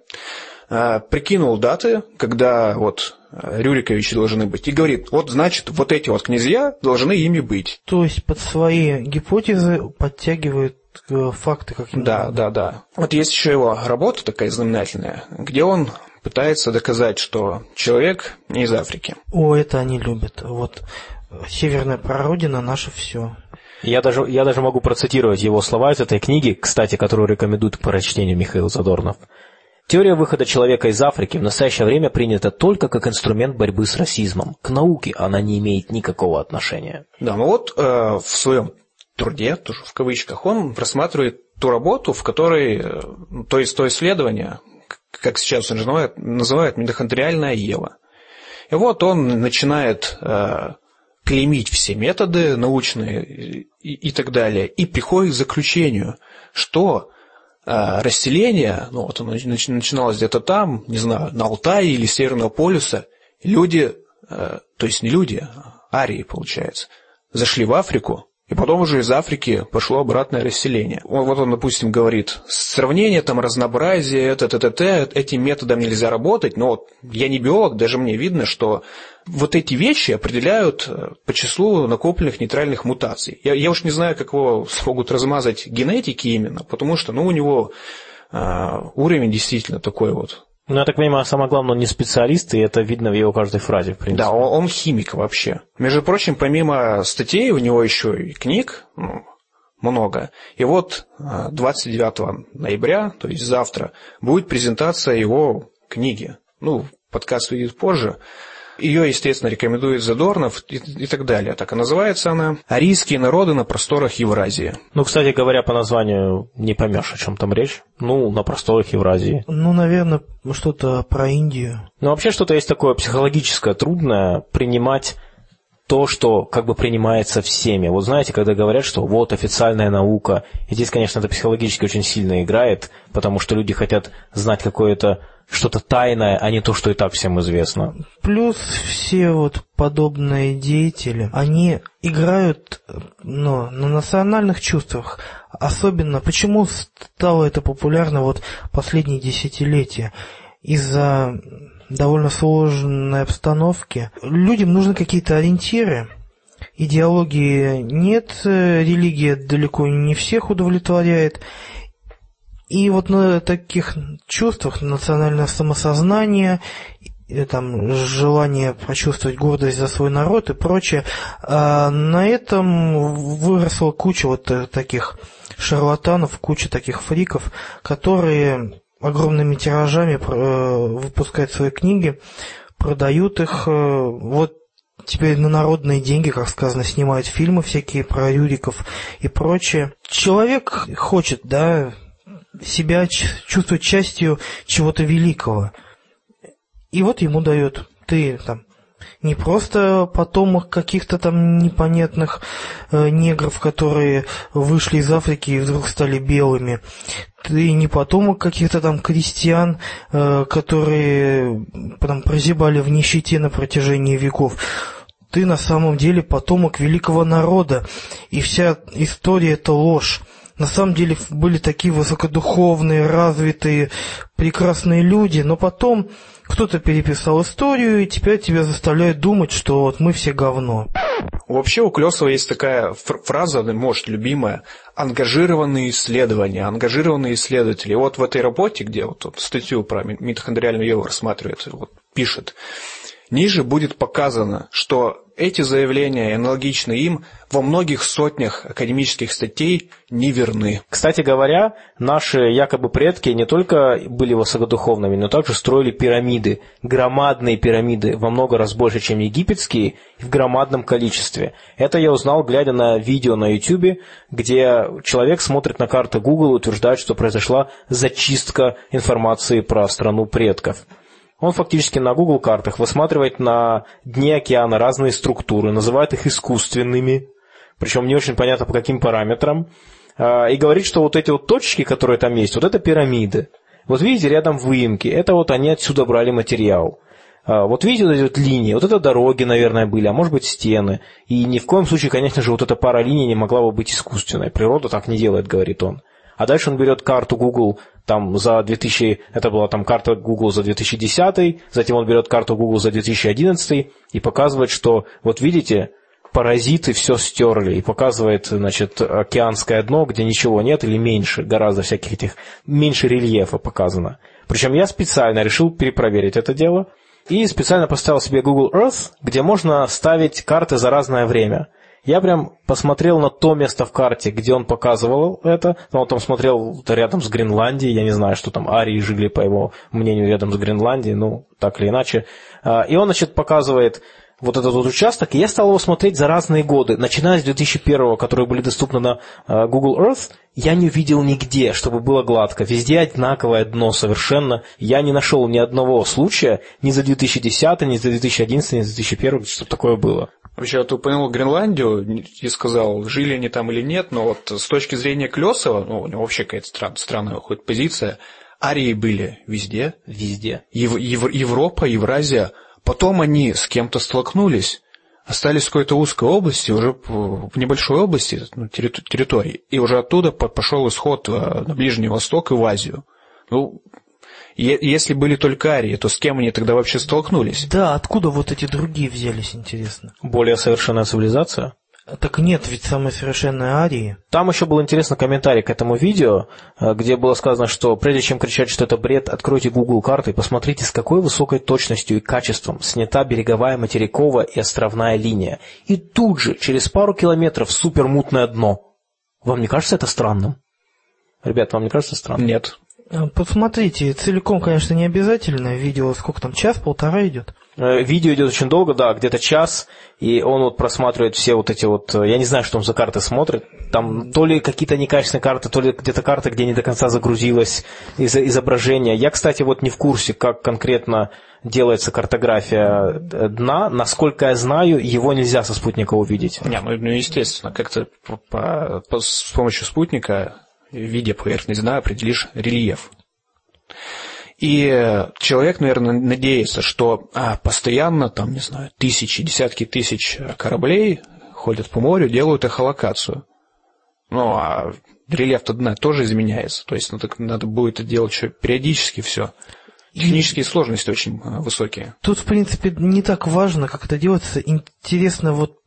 э, прикинул даты, когда вот Рюриковичи должны быть, и говорит, вот значит, вот эти вот князья должны ими быть. То есть под свои гипотезы подтягивают факты какие-то. Да, да, да. Вот есть еще его работа такая знаменательная, где он пытается доказать, что человек не из Африки. О, это они любят. Вот северная прародина наше все. Я даже, я даже могу процитировать его слова из этой книги, кстати, которую рекомендует к прочтению Михаил Задорнов. Теория выхода человека из Африки в настоящее время принята только как инструмент борьбы с расизмом. К науке она не имеет никакого отношения. Да, ну вот э, в своем труде, тоже в кавычках, он рассматривает ту работу, в которой, то есть то исследование, как сейчас он называет, называет митохондриальная Ева. И вот он начинает э, клеймить все методы научные и, и так далее, и приходит к заключению, что э, расселение, ну вот оно начиналось где-то там, не знаю, на Алтае или Северного полюса, люди, э, то есть не люди, а арии, получается, зашли в Африку, и потом уже из Африки пошло обратное расселение. Вот он, допустим, говорит, сравнение, там, разнообразие, это, т, т, т, этим методом нельзя работать, но вот я не биолог, даже мне видно, что вот эти вещи определяют по числу накопленных нейтральных мутаций. Я, я уж не знаю, как его смогут размазать генетики именно, потому что, ну, у него а, уровень действительно такой вот. Ну, я так понимаю, самое главное, он не специалист, и это видно в его каждой фразе, в принципе. Да, он, он химик вообще. Между прочим, помимо статей, у него еще и книг, ну, много. И вот двадцать девятого ноября, то есть завтра, будет презентация его книги. Ну, подкаст выйдет позже. Ее, естественно, рекомендует Задорнов и, и так далее. Так и называется она «Арийские народы на просторах Евразии». Ну, кстати говоря, по названию не поймешь, о чем там речь. Ну, на просторах Евразии. Ну, наверное, что-то про Индию. Ну, вообще что-то есть такое психологическое, трудное принимать то, что как бы принимается всеми. Вот знаете, когда говорят, что вот официальная наука, и здесь, конечно, это психологически очень сильно играет, потому что люди хотят знать какое-то что-то тайное, а не то, что и так всем известно. Плюс все вот подобные деятели, они играют, ну, на национальных чувствах. Особенно, почему стало это популярно вот последние десятилетия? Из-за довольно сложной обстановки. Людям нужны какие-то ориентиры. Идеологии нет, религия далеко не всех удовлетворяет. И вот на таких чувствах национальное самосознание, там, желание почувствовать гордость за свой народ и прочее, а на этом выросла куча вот таких шарлатанов, куча таких фриков, которые огромными тиражами выпускают свои книги, продают их, вот теперь на народные деньги, как сказано, снимают фильмы всякие про Рюриков и прочее. Человек хочет, да, себя чувствовать частью чего-то великого. И вот ему дают. Ты там не просто потомок каких-то там непонятных э, негров, которые вышли из Африки и вдруг стали белыми. Ты не потомок каких-то там крестьян, э, которые там прозябали в нищете на протяжении веков. Ты на самом деле потомок великого народа. И вся история — это ложь. На самом деле были такие высокодуховные, развитые, прекрасные люди, но потом кто-то переписал историю, и теперь тебя заставляют думать, что вот мы все говно. Вообще у Колесова есть такая фраза, может, любимая: ангажированные исследования, ангажированные исследователи. И вот в этой работе, где вот, вот статью про митохондриальную Еву рассматривает, вот, пишет: ниже будет показано, что эти заявления, аналогичные им, во многих сотнях академических статей не верны. Кстати говоря, наши якобы предки не только были высокодуховными, но также строили пирамиды, громадные пирамиды, во много раз больше, чем египетские, и в громадном количестве. Это я узнал, глядя на видео на YouTube, где человек смотрит на карты Google и утверждает, что произошла зачистка информации про страну предков. Он фактически на Google картах высматривает на дне океана разные структуры, называет их искусственными, причем не очень понятно по каким параметрам, и говорит, что вот эти вот точки, которые там есть, вот это пирамиды. Вот видите, рядом выемки, это вот они отсюда брали материал. Вот видите вот эти вот линии, вот это дороги, наверное, были, а может быть стены. И ни в коем случае, конечно же, вот эта пара линий не могла бы быть искусственной. Природа так не делает, говорит он. А дальше он берет карту Google там за две тысячи, это была там карта Google за две тысячи десятый, затем он берет карту Google за две тысячи одиннадцатый и показывает, что вот видите, паразиты все стерли, и показывает, значит, океанское дно, где ничего нет или меньше, гораздо всяких этих, меньше рельефа показано. Причем я специально решил перепроверить это дело и специально поставил себе Google Earth, где можно ставить карты за разное время. Я прям посмотрел на то место в карте, где он показывал это. Он там смотрел рядом с Гренландией. Я не знаю, что там арии жили, по его мнению, рядом с Гренландией. Ну, так или иначе. И он, значит, показывает вот этот вот участок. И я стал его смотреть за разные годы. Начиная с две тысячи первого, которые были доступны на Google Earth, я не увидел нигде, чтобы было гладко. Везде одинаковое дно совершенно. Я не нашел ни одного случая ни за две тысячи десятый, ни за две тысячи одиннадцатый, ни за две тысячи первый, чтобы такое было. Вообще, ты упомянул Гренландию и сказал, жили они там или нет, но вот с точки зрения Колесова, ну, у него вообще какая-то стран, странная выходит позиция, арии были везде. Везде. Ев, Ев, Европа, Евразия. Потом они с кем-то столкнулись, остались в какой-то узкой области, уже в небольшой области, ну, территории, и уже оттуда пошел исход на Ближний Восток и в Азию. Ну, если были только арии, то с кем они тогда вообще столкнулись? Да, откуда вот эти другие взялись, интересно? Более совершенная цивилизация? Так нет, ведь самые совершенные арии. Там еще был интересный комментарий к этому видео, где было сказано, что прежде чем кричать, что это бред, откройте Google карты и посмотрите, с какой высокой точностью и качеством снята береговая, материковая и островная линия. И тут же, через пару километров, супермутное дно. Вам не кажется это странным? Ребят, вам не кажется странным? Нет. Посмотрите, целиком, конечно, не обязательно. Видео сколько там, час-полтора идет? Видео идет очень долго, да, где-то час, и он вот просматривает все вот эти вот, я не знаю, что он за карты смотрит, там то ли какие-то некачественные карты, то ли где-то карты, где не до конца загрузилось изображение. Я, кстати, вот не в курсе, как конкретно делается картография дна. Насколько я знаю, его нельзя со спутника увидеть. Не, ну, ну естественно, как-то по, по, по, с помощью спутника, видя поверхность дна, определишь рельеф. И человек, наверное, надеется, что а, постоянно, там, не знаю, тысячи, десятки тысяч кораблей ходят по морю, делают эхолокацию. Ну, а рельеф-то дна тоже изменяется. То есть, ну, так надо будет это делать еще периодически все. Технические сложности очень высокие. Тут, в принципе, не так важно, как это делается. Интересно вот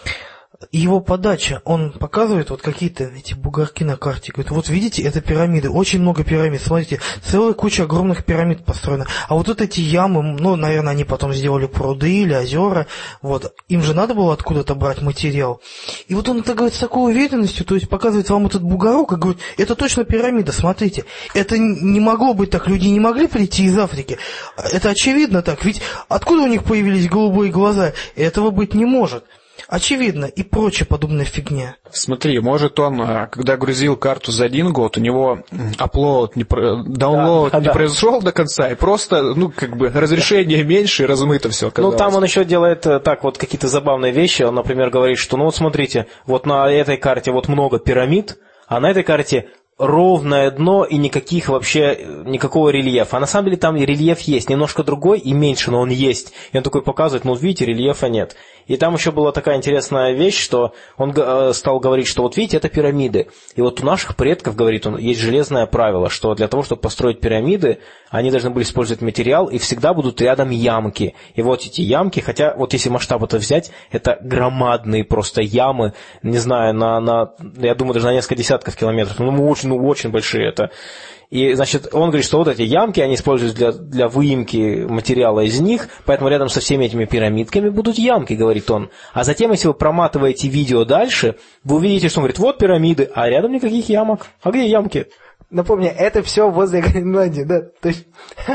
его подача. Он показывает вот какие-то эти бугорки на карте. Говорит, вот видите, это пирамиды. Очень много пирамид. Смотрите, целая куча огромных пирамид построена. А вот эти ямы, ну, наверное, они потом сделали пруды или озера. Вот. Им же надо было откуда-то брать материал. И вот он это говорит с такой уверенностью, то есть показывает вам этот бугорок и говорит, это точно пирамида, смотрите. Это не могло быть так. Люди не могли прийти из Африки. Это очевидно так. Ведь откуда у них появились голубые глаза? Этого быть не может. Очевидно, и прочая подобная фигня. Смотри, может он, когда грузил карту за один год, у него аплод, не, даунлоуд да, не да. произошел до конца, и просто, ну, как бы, разрешение меньше, и размыто все оказалось. Ну, там он еще делает так вот какие-то забавные вещи. Он, например, говорит, что, ну, вот смотрите, вот на этой карте вот много пирамид, а на этой карте ровное дно и никаких вообще, никакого рельефа. А на самом деле там рельеф есть, немножко другой и меньше, но он есть. И он такой показывает, ну, видите, рельефа нет. И там еще была такая интересная вещь, что он стал говорить, что вот видите, это пирамиды. И вот у наших предков, говорит он, есть железное правило, что для того, чтобы построить пирамиды, они должны были использовать материал, и всегда будут рядом ямки. И вот эти ямки, хотя вот если масштаб это взять, это громадные просто ямы, не знаю, на, на я думаю, даже на несколько десятков километров, ну, очень, ну, очень большие это. И, значит, он говорит, что вот эти ямки, они используются для, для выемки материала из них, поэтому рядом со всеми этими пирамидками будут ямки, говорит он. А затем, если вы проматываете видео дальше, вы увидите, что он говорит, вот пирамиды, а рядом никаких ямок. А где ямки? Напомню, это все возле Гренландии, да, то есть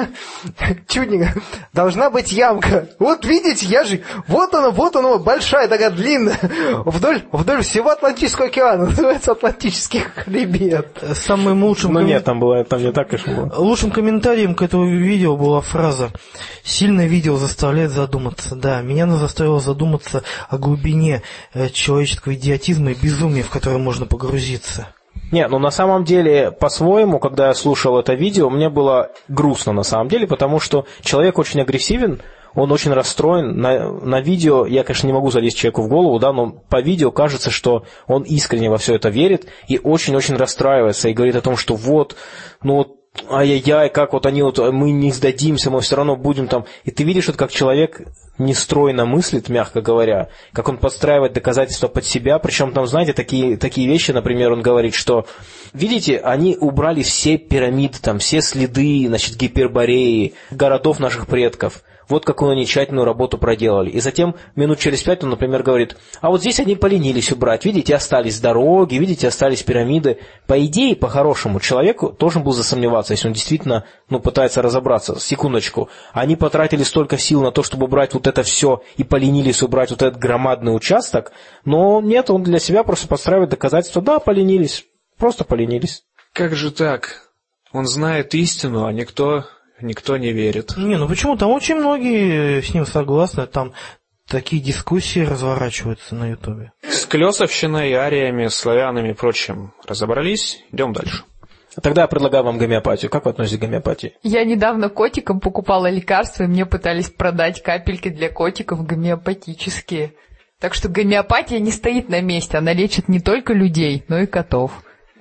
чудненько, должна быть ямка. Вот видите, я же, вот она, вот она, большая такая длинная, вдоль, вдоль всего Атлантического океана, называется Атлантический хребет. Самым лучшим... Ну нет, там было, там не так, конечно, было. Лучшим комментарием к этому видео была фраза «Сильное видео заставляет задуматься». Да, меня оно заставило задуматься о глубине человеческого идиотизма и безумия, в которое можно погрузиться. Не, ну на самом деле, по-своему, когда я слушал это видео, мне было грустно на самом деле, потому что человек очень агрессивен, он очень расстроен. На, на видео, я, конечно, не могу залезть человеку в голову, да, но по видео кажется, что он искренне во все это верит и очень-очень расстраивается и говорит о том, что вот, ну вот, ай-яй-яй, как вот они, вот, мы не сдадимся, мы все равно будем там. И ты видишь, вот, как человек нестройно мыслит, мягко говоря, как он подстраивает доказательства под себя, причем там, знаете, такие, такие вещи, например, он говорит, что, видите, они убрали все пирамиды, там, все следы, значит, Гипербореи, городов наших предков. Вот какую они тщательную работу проделали. И затем, минут через пять, он, например, говорит, а вот здесь они поленились убрать. Видите, остались дороги, видите, остались пирамиды. По идее, по-хорошему, человеку должен был засомневаться, если он действительно, ну, пытается разобраться. Секундочку. Они потратили столько сил на то, чтобы убрать вот это все, и поленились убрать вот этот громадный участок. Но нет, он для себя просто подстраивает доказательства. Да, поленились. Просто поленились. Как же так? Он знает истину, а никто... Никто не верит. Не, ну почему? Там очень многие с ним согласны. Там такие дискуссии разворачиваются на Ютубе. С Клёсовщиной, ариями, славянами и прочим разобрались. Идем дальше. Тогда я предлагаю вам гомеопатию. Как вы относитесь к гомеопатии? Я недавно котикам покупала лекарства, и мне пытались продать капельки для котиков гомеопатические. Так что гомеопатия не стоит на месте. Она лечит не только людей, но и котов.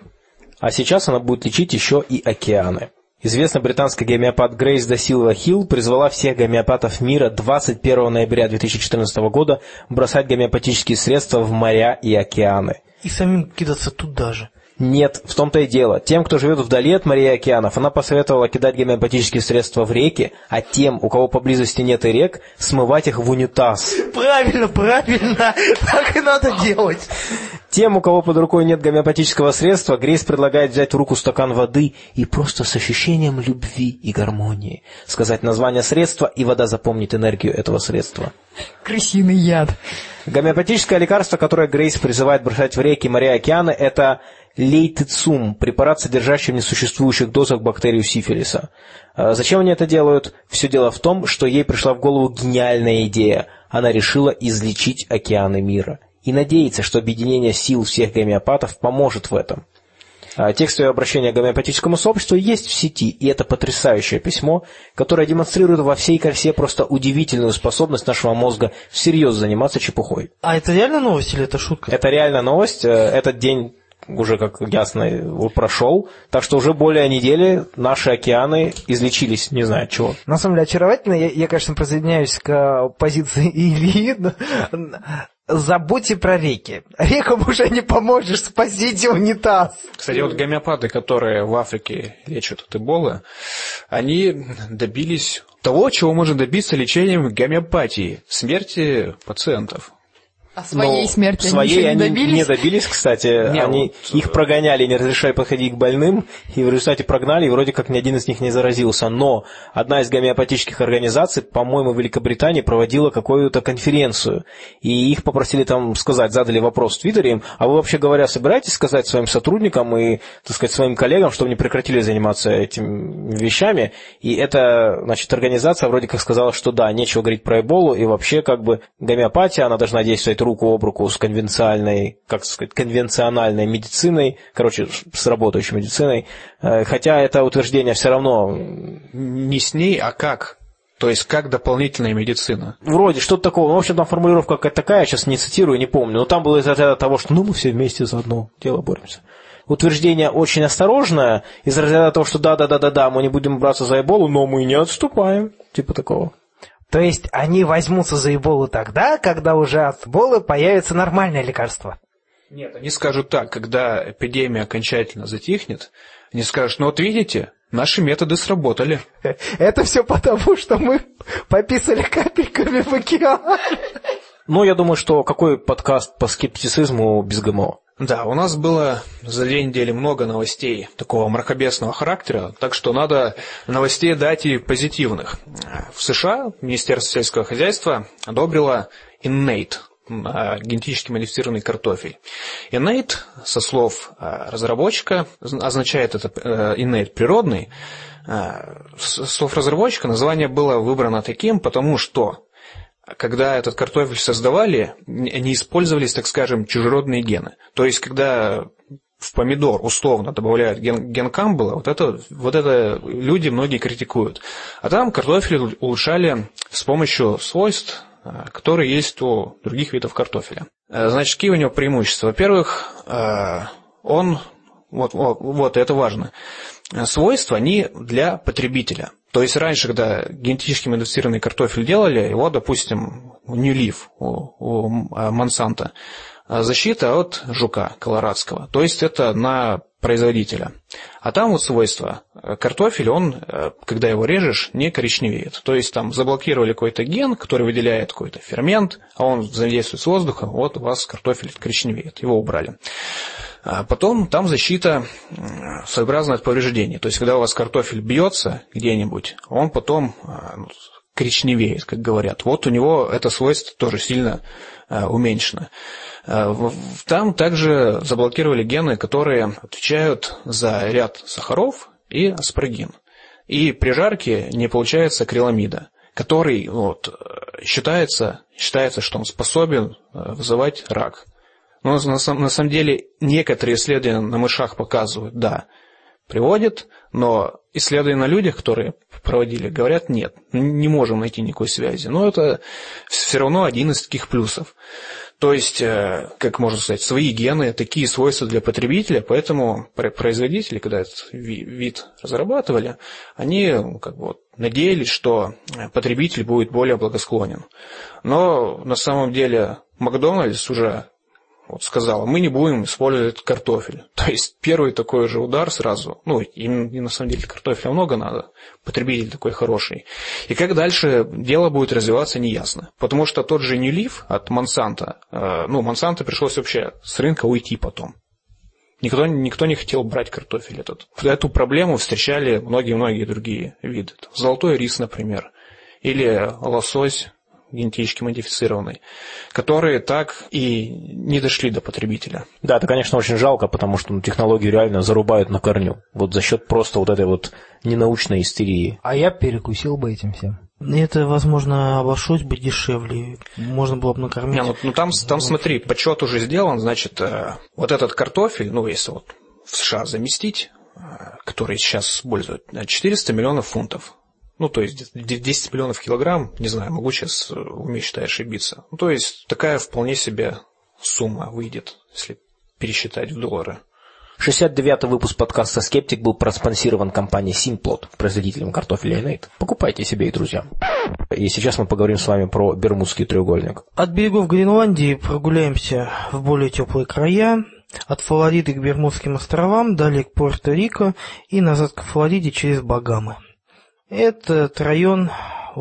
А сейчас она будет лечить еще и океаны. Известный британский гомеопат Грейс да Силва Хилл призвала всех гомеопатов мира двадцать первого ноября две тысячи четырнадцатого года бросать гомеопатические средства в моря и океаны. И самим кидаться туда же. Нет, в том-то и дело. Тем, кто живет вдали от морей и океанов, она посоветовала кидать гомеопатические средства в реки, а тем, у кого поблизости нет и рек, смывать их в унитаз. Правильно, правильно, так и надо делать. Тем, у кого под рукой нет гомеопатического средства, Грейс предлагает взять в руку стакан воды и просто с ощущением любви и гармонии сказать название средства, и вода запомнит энергию этого средства. Крысиный яд. Гомеопатическое лекарство, которое Грейс призывает бросать в реки, моря и океаны, это лейтицум, препарат, содержащий в несуществующих дозах бактерию сифилиса. Зачем они это делают? Все дело в том, что ей пришла в голову гениальная идея. Она решила излечить океаны мира. И надеется, что объединение сил всех гомеопатов поможет в этом. Текстовое обращение к гомеопатическому сообществу есть в сети, и это потрясающее письмо, которое демонстрирует во всей красе просто удивительную способность нашего мозга всерьез заниматься чепухой. А это реально новость или это шутка? Это реально новость. Этот день уже, как ясно, прошел, так что уже более недели наши океаны излечились, не знаю от чего. На самом деле очаровательно. Я, я конечно, присоединяюсь к позиции Ильи. Забудьте про реки. Рекам уже не поможешь, спасите унитаз. Кстати, вот гомеопаты, которые в Африке лечат от эболы, они добились того, чего можно добиться лечением гомеопатии – смерти пациентов. А своей Но смерти своей они, они не добились? не добились, кстати. Не, они вот... их прогоняли, не разрешали подходить к больным, и в результате прогнали, и вроде как ни один из них не заразился. Но одна из гомеопатических организаций, по-моему, в Великобритании проводила какую-то конференцию, и их попросили там сказать, задали вопрос в Твиттере им, а вы, вообще говоря, собираетесь сказать своим сотрудникам и, так сказать, своим коллегам, чтобы они прекратили заниматься этими вещами? И эта, значит, организация вроде как сказала, что да, нечего говорить про эболу, и вообще как бы гомеопатия, она должна действовать руку об руку с конвенциональной, как сказать, конвенциональной медициной, короче, с работающей медициной, хотя это утверждение все равно... Не с ней, а как? То есть, как дополнительная медицина? Вроде, что-то такого. Ну, в общем, там формулировка какая-то такая, я сейчас не цитирую, не помню, но там было из разряда того, что ну мы все вместе за одно дело боремся. Утверждение очень осторожное, из разряда того, что да-да-да-да-да, мы не будем браться за эболу, но мы не отступаем, типа такого. То есть они возьмутся за эболу тогда, когда уже от эболы появится нормальное лекарство? Нет, они скажут так, когда эпидемия окончательно затихнет, они скажут, ну вот видите, наши методы сработали. Это все потому, что мы пописали капельками в океан. Ну, я думаю, что какой подкаст по скептицизму без ГМО? Да, у нас было за две недели много новостей такого мракобесного характера, так что надо новостей дать и позитивных. В США Министерство сельского хозяйства одобрило Innate, генетически модифицированный картофель. Innate, со слов разработчика, означает это Innate природный. Со слов разработчика название было выбрано таким, потому что когда этот картофель создавали, не использовались, так скажем, чужеродные гены. То есть, когда в помидор условно добавляют ген, ген Камбела, вот это, вот это люди многие критикуют. А там картофель улучшали с помощью свойств, которые есть у других видов картофеля. Значит, какие у него преимущества? Во-первых, он, вот, вот, вот это важно, свойства, они для потребителя. То есть раньше, когда генетически модифицированный картофель делали, его, допустим, у New Leaf, у, у Монсанто, защита от жука колорадского. То есть это на производителя. А там вот свойства. Картофель, он, когда его режешь, не коричневеет. То есть там заблокировали какой-то ген, который выделяет какой-то фермент, а он взаимодействует с воздухом, вот у вас картофель коричневеет. Его убрали. А потом там защита своеобразная от повреждений. То есть, когда у вас картофель бьется где-нибудь, он потом коричневеет, как говорят. Вот у него это свойство тоже сильно уменьшено. Там также заблокировали гены, которые отвечают за ряд сахаров и аспаргин. И при жарке не получается акриламида, который вот, считается, считается, что он способен вызывать рак. Но на самом деле некоторые исследования на мышах показывают, да, приводит, но исследования на людях, которые проводили, говорят, нет, не можем найти никакой связи. Но это все равно один из таких плюсов. То есть, как можно сказать, свои гены, такие свойства для потребителя, поэтому производители, когда этот вид разрабатывали, они как бы вот надеялись, что потребитель будет более благосклонен. Но на самом деле Макдональдс уже вот сказала, мы не будем использовать этот картофель. То есть первый такой же удар сразу, ну, им, им на самом деле картофеля много надо, потребитель такой хороший. И как дальше дело будет развиваться, неясно. Потому что тот же New Leaf от Монсанто, э, ну, Монсанто пришлось вообще с рынка уйти потом. Никто, никто не хотел брать картофель этот. Эту проблему встречали многие-многие другие виды. Золотой рис, например, или лосось генетически модифицированный, которые так и не дошли до потребителя. Да, это, конечно, очень жалко, потому что ну, технологию реально зарубают на корню. Вот за счет просто вот этой вот ненаучной истерии. А я перекусил бы этим всем. Это, возможно, обошлось бы дешевле. Можно было бы накормить. Не, ну, ну там, там смотри, подсчет уже сделан, значит, э, вот этот картофель, ну, если вот в США заместить, который сейчас используют, четыреста миллионов фунтов. Ну, то есть десять миллионов килограмм, не знаю, могу сейчас в уме считать ошибиться. Ну, то есть такая вполне себе сумма выйдет, если пересчитать в доллары. шестьдесят девятый выпуск подкаста «Скептик» был проспонсирован компанией Simplot, производителем картофеля Innate. Покупайте себе и друзьям. И сейчас мы поговорим с вами про Бермудский треугольник. От берегов Гренландии прогуляемся в более теплые края. От Флориды к Бермудским островам, далее к Пуэрто-Рико и назад к Флориде через Багамы. Этот район,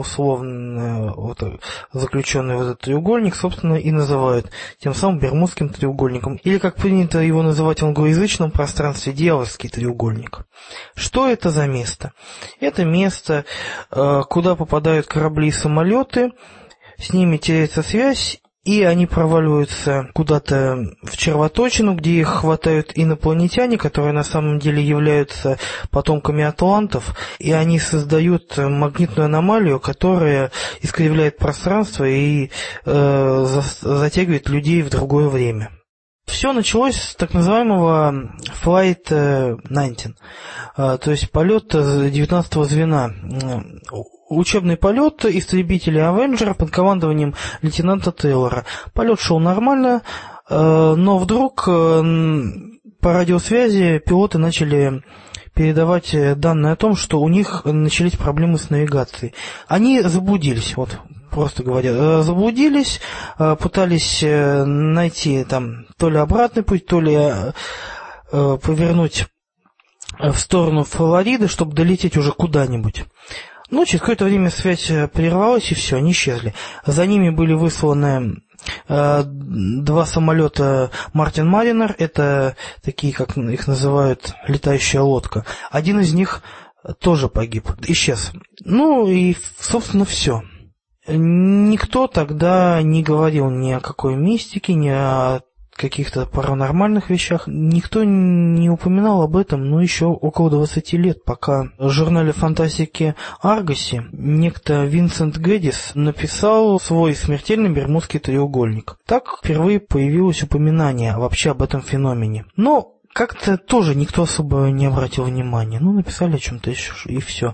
условно вот, заключенный в этот треугольник, собственно, и называют тем самым Бермудским треугольником. Или, как принято его называть в англоязычном пространстве, дьявольский треугольник. Что это за место? Это место, куда попадают корабли и самолеты, с ними теряется связь, и они проваливаются куда-то в червоточину, где их хватают инопланетяне, которые на самом деле являются потомками атлантов, и они создают магнитную аномалию, которая искривляет пространство и э, затягивает людей в другое время. Все началось с так называемого Flight девятнадцать, то есть полет девятнадцатого звена. Учебный полет истребителя Авенджера под командованием лейтенанта Тейлора. Полет шел нормально, но вдруг по радиосвязи пилоты начали передавать данные о том, что у них начались проблемы с навигацией. Они заблудились, вот просто говоря, заблудились, пытались найти там то ли обратный путь, то ли повернуть в сторону Флориды, чтобы долететь уже куда-нибудь. Ну, через какое-то время связь прервалась, и все, они исчезли. За ними были высланы э, два самолета Мартин Маринер, это такие, как их называют, летающая лодка. Один из них тоже погиб, исчез. Ну, и, собственно, все. Никто тогда не говорил ни о какой мистике, ни о каких-то паранормальных вещах. Никто не упоминал об этом, ну, еще около двадцати лет, пока в журнале фантастики Аргосе некто Винсент Гэддис написал свой смертельный Бермудский треугольник. Так впервые появилось упоминание вообще об этом феномене. Но как-то тоже никто особо не обратил внимания. Ну, написали о чем-то еще, и все.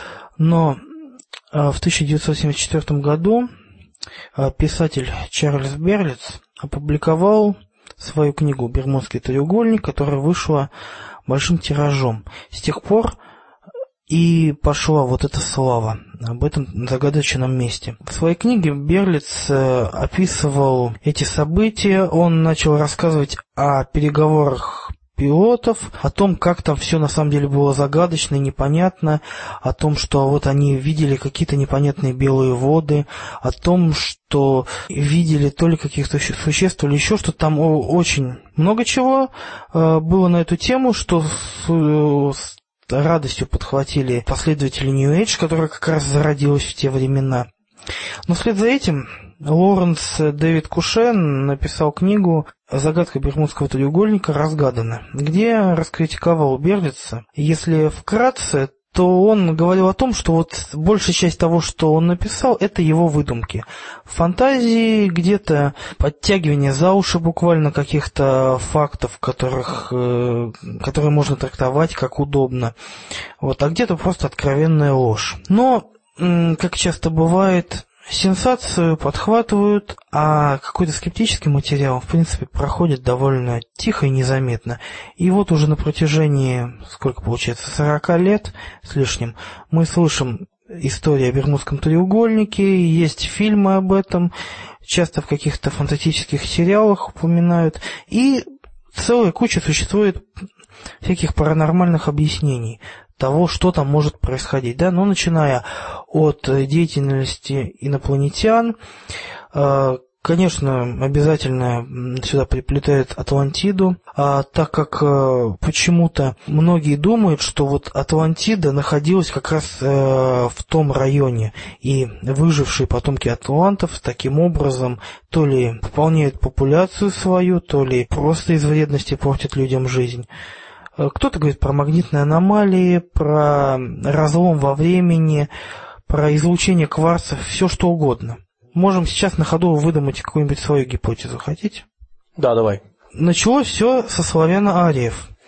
Но в тысяча девятьсот семьдесят четвёртом году писатель Чарльз Берлиц опубликовал свою книгу «Бермудский треугольник», которая вышла большим тиражом. С тех пор и пошла вот эта слава об этом загадочном месте. В своей книге Берлиц описывал эти события, он начал рассказывать о переговорах пилотов, о том, как там все на самом деле было загадочно и непонятно, о том, что вот они видели какие-то непонятные белые воды, о том, что видели то ли каких-то существ, то ли еще что-то. Там очень много чего было на эту тему, что с радостью подхватили последователи New Age, которая как раз зародилась в те времена. Но вслед за этим Лоренс Дэвид Кушен написал книгу «Загадка Бермудского треугольника разгадана», где раскритиковал Берлица. Если вкратце, то он говорил о том, что вот большая часть того, что он написал, это его выдумки. Фантазии, где-то подтягивание за уши буквально каких-то фактов, которых, которые можно трактовать как удобно. Вот, а где-то просто откровенная ложь. Но, как часто бывает, сенсацию подхватывают, а какой-то скептический материал, в принципе, проходит довольно тихо и незаметно. И вот уже на протяжении, сколько получается, сорока лет с лишним, мы слышим историю о Бермудском треугольнике, есть фильмы об этом, часто в каких-то фантастических сериалах упоминают, и целая куча существует всяких паранормальных объяснений того, что там может происходить, да, но начиная от деятельности инопланетян, конечно, обязательно сюда приплетают Атлантиду, а так как почему-то многие думают, что вот Атлантида находилась как раз в том районе, и выжившие потомки атлантов таким образом то ли пополняют популяцию свою, то ли просто из вредности портят людям жизнь. Кто-то говорит про магнитные аномалии, про разлом во времени, про излучение кварцев, все что угодно. Можем сейчас на ходу выдумать какую-нибудь свою гипотезу. Хотите? Да, давай. Началось все со славяно-ариев.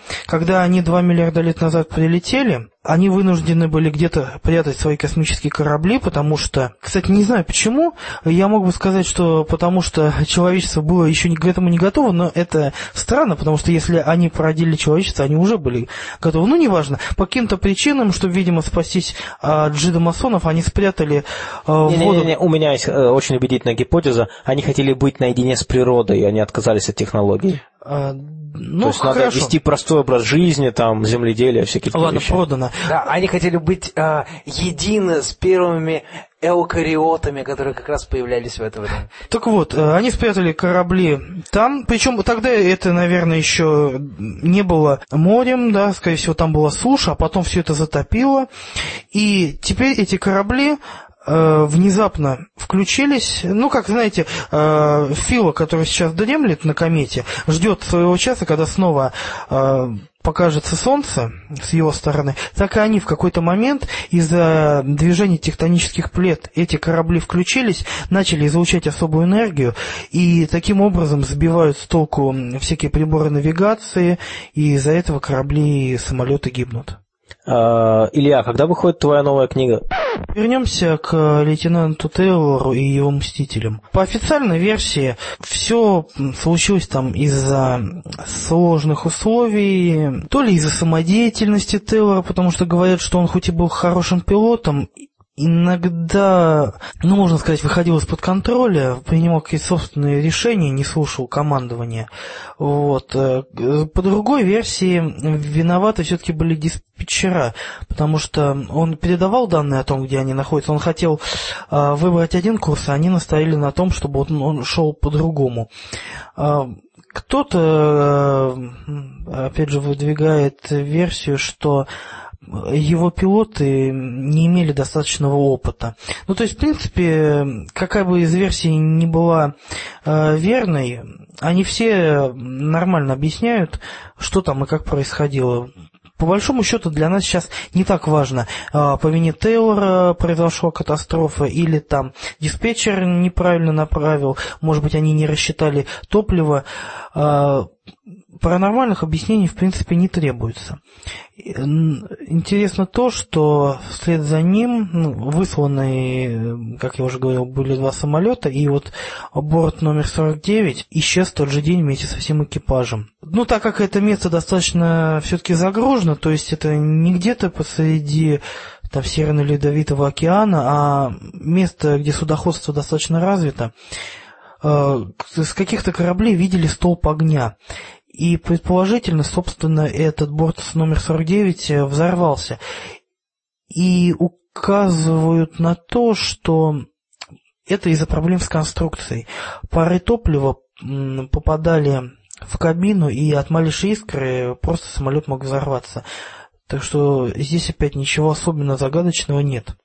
когда они два миллиарда лет назад прилетели, они вынуждены были где-то прятать свои космические корабли, потому что, кстати, не знаю почему, я мог бы сказать, что потому что человечество было еще к этому не готово, но это странно, потому что если они породили человечество, они уже были готовы. Ну, неважно, по каким-то причинам, чтобы, видимо, спастись от жидомасонов, они спрятали э, воду. Не-не-не, у меня есть э, очень убедительная гипотеза, они хотели быть наедине с природой, и они отказались от технологий. А, ну, То есть хорошо. надо вести простой образ жизни, там, земледелие, всякие такие Ладно, вещи. продано. Да, они хотели быть а, едины с первыми эукариотами, которые как раз появлялись в это время. Так вот, они спрятали корабли там, причем тогда это, наверное, еще не было морем, да, скорее всего, там была суша, а потом все это затопило, и теперь эти корабли э, внезапно включились, ну, как, знаете, э, Фила, который сейчас дремлет на комете, ждет своего часа, когда снова э, покажется солнце с его стороны, так и они в какой-то момент из-за движения тектонических плит эти корабли включились, начали излучать особую энергию и таким образом сбивают с толку всякие приборы навигации, и из-за этого корабли и самолеты гибнут. А, Илья, когда выходит твоя новая книга? Вернемся к лейтенанту Тейлору и его мстителям. По официальной версии все случилось там из-за сложных условий, то ли из-за самодеятельности Тейлора, потому что говорят, что он хоть и был хорошим пилотом, иногда, ну, можно сказать, выходил из-под контроля, принимал какие-то собственные решения, не слушал командования. Вот. По другой версии, виноваты все-таки были диспетчера, потому что он передавал данные о том, где они находятся. Он хотел а, выбрать один курс, а они настояли на том, чтобы он, он шел по-другому. А, кто-то, опять же, выдвигает версию, что его пилоты не имели достаточного опыта. Ну, то есть, в принципе, какая бы из версий ни была э, верной, они все нормально объясняют, что там и как происходило. По большому счету для нас сейчас не так важно, э, по вине Тейлора произошла катастрофа или там диспетчер неправильно направил, может быть, они не рассчитали топливо. Э, Паранормальных объяснений, в принципе, не требуется. Интересно то, что вслед за ним ну, высланы, как я уже говорил, были два самолета, и вот борт номер сорок девять исчез в тот же день вместе со всем экипажем. Ну, так как это место достаточно все-таки загружено, то есть это не где-то посреди там, Северно-Ледовитого океана, а место, где судоходство достаточно развито, э, с каких-то кораблей видели столб огня. И предположительно, собственно, этот борт номер сорок девять взорвался. И указывают на то, что это из-за проблем с конструкцией. Пары топлива попадали в кабину, и от малейшей искры просто самолет мог взорваться. Так что здесь опять ничего особенно загадочного нет.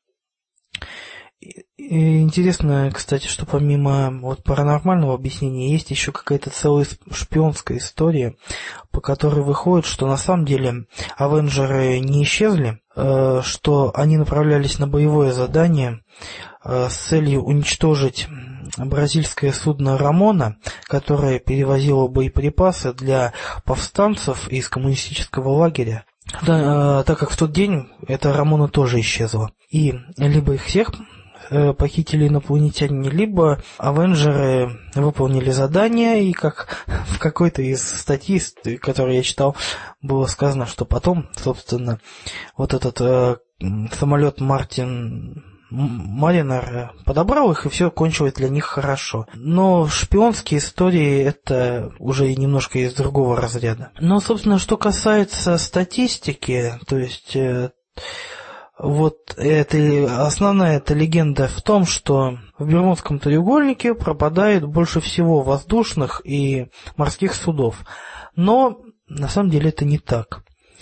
И интересно, кстати, что помимо вот паранормального объяснения есть еще какая-то целая шпионская история, по которой выходит, что на самом деле Авенджеры не исчезли, что они направлялись на боевое задание с целью уничтожить бразильское судно «Рамона», которое перевозило боеприпасы для повстанцев из коммунистического лагеря. Да, так как в тот день эта «Рамона» тоже исчезла. И либо их всех похитили инопланетяне, либо Авенджеры выполнили задание, и как в какой-то из статей, которую я читал, было сказано, что потом, собственно, вот этот э, самолет Мартин Маринер подобрал их, и все кончилось для них хорошо. Но шпионские истории — это уже немножко из другого разряда. Но, собственно, что касается статистики, то есть... Э, Вот это, основная эта легенда в том, что в Бермудском треугольнике пропадает больше всего воздушных и морских судов. Но на самом деле это не так.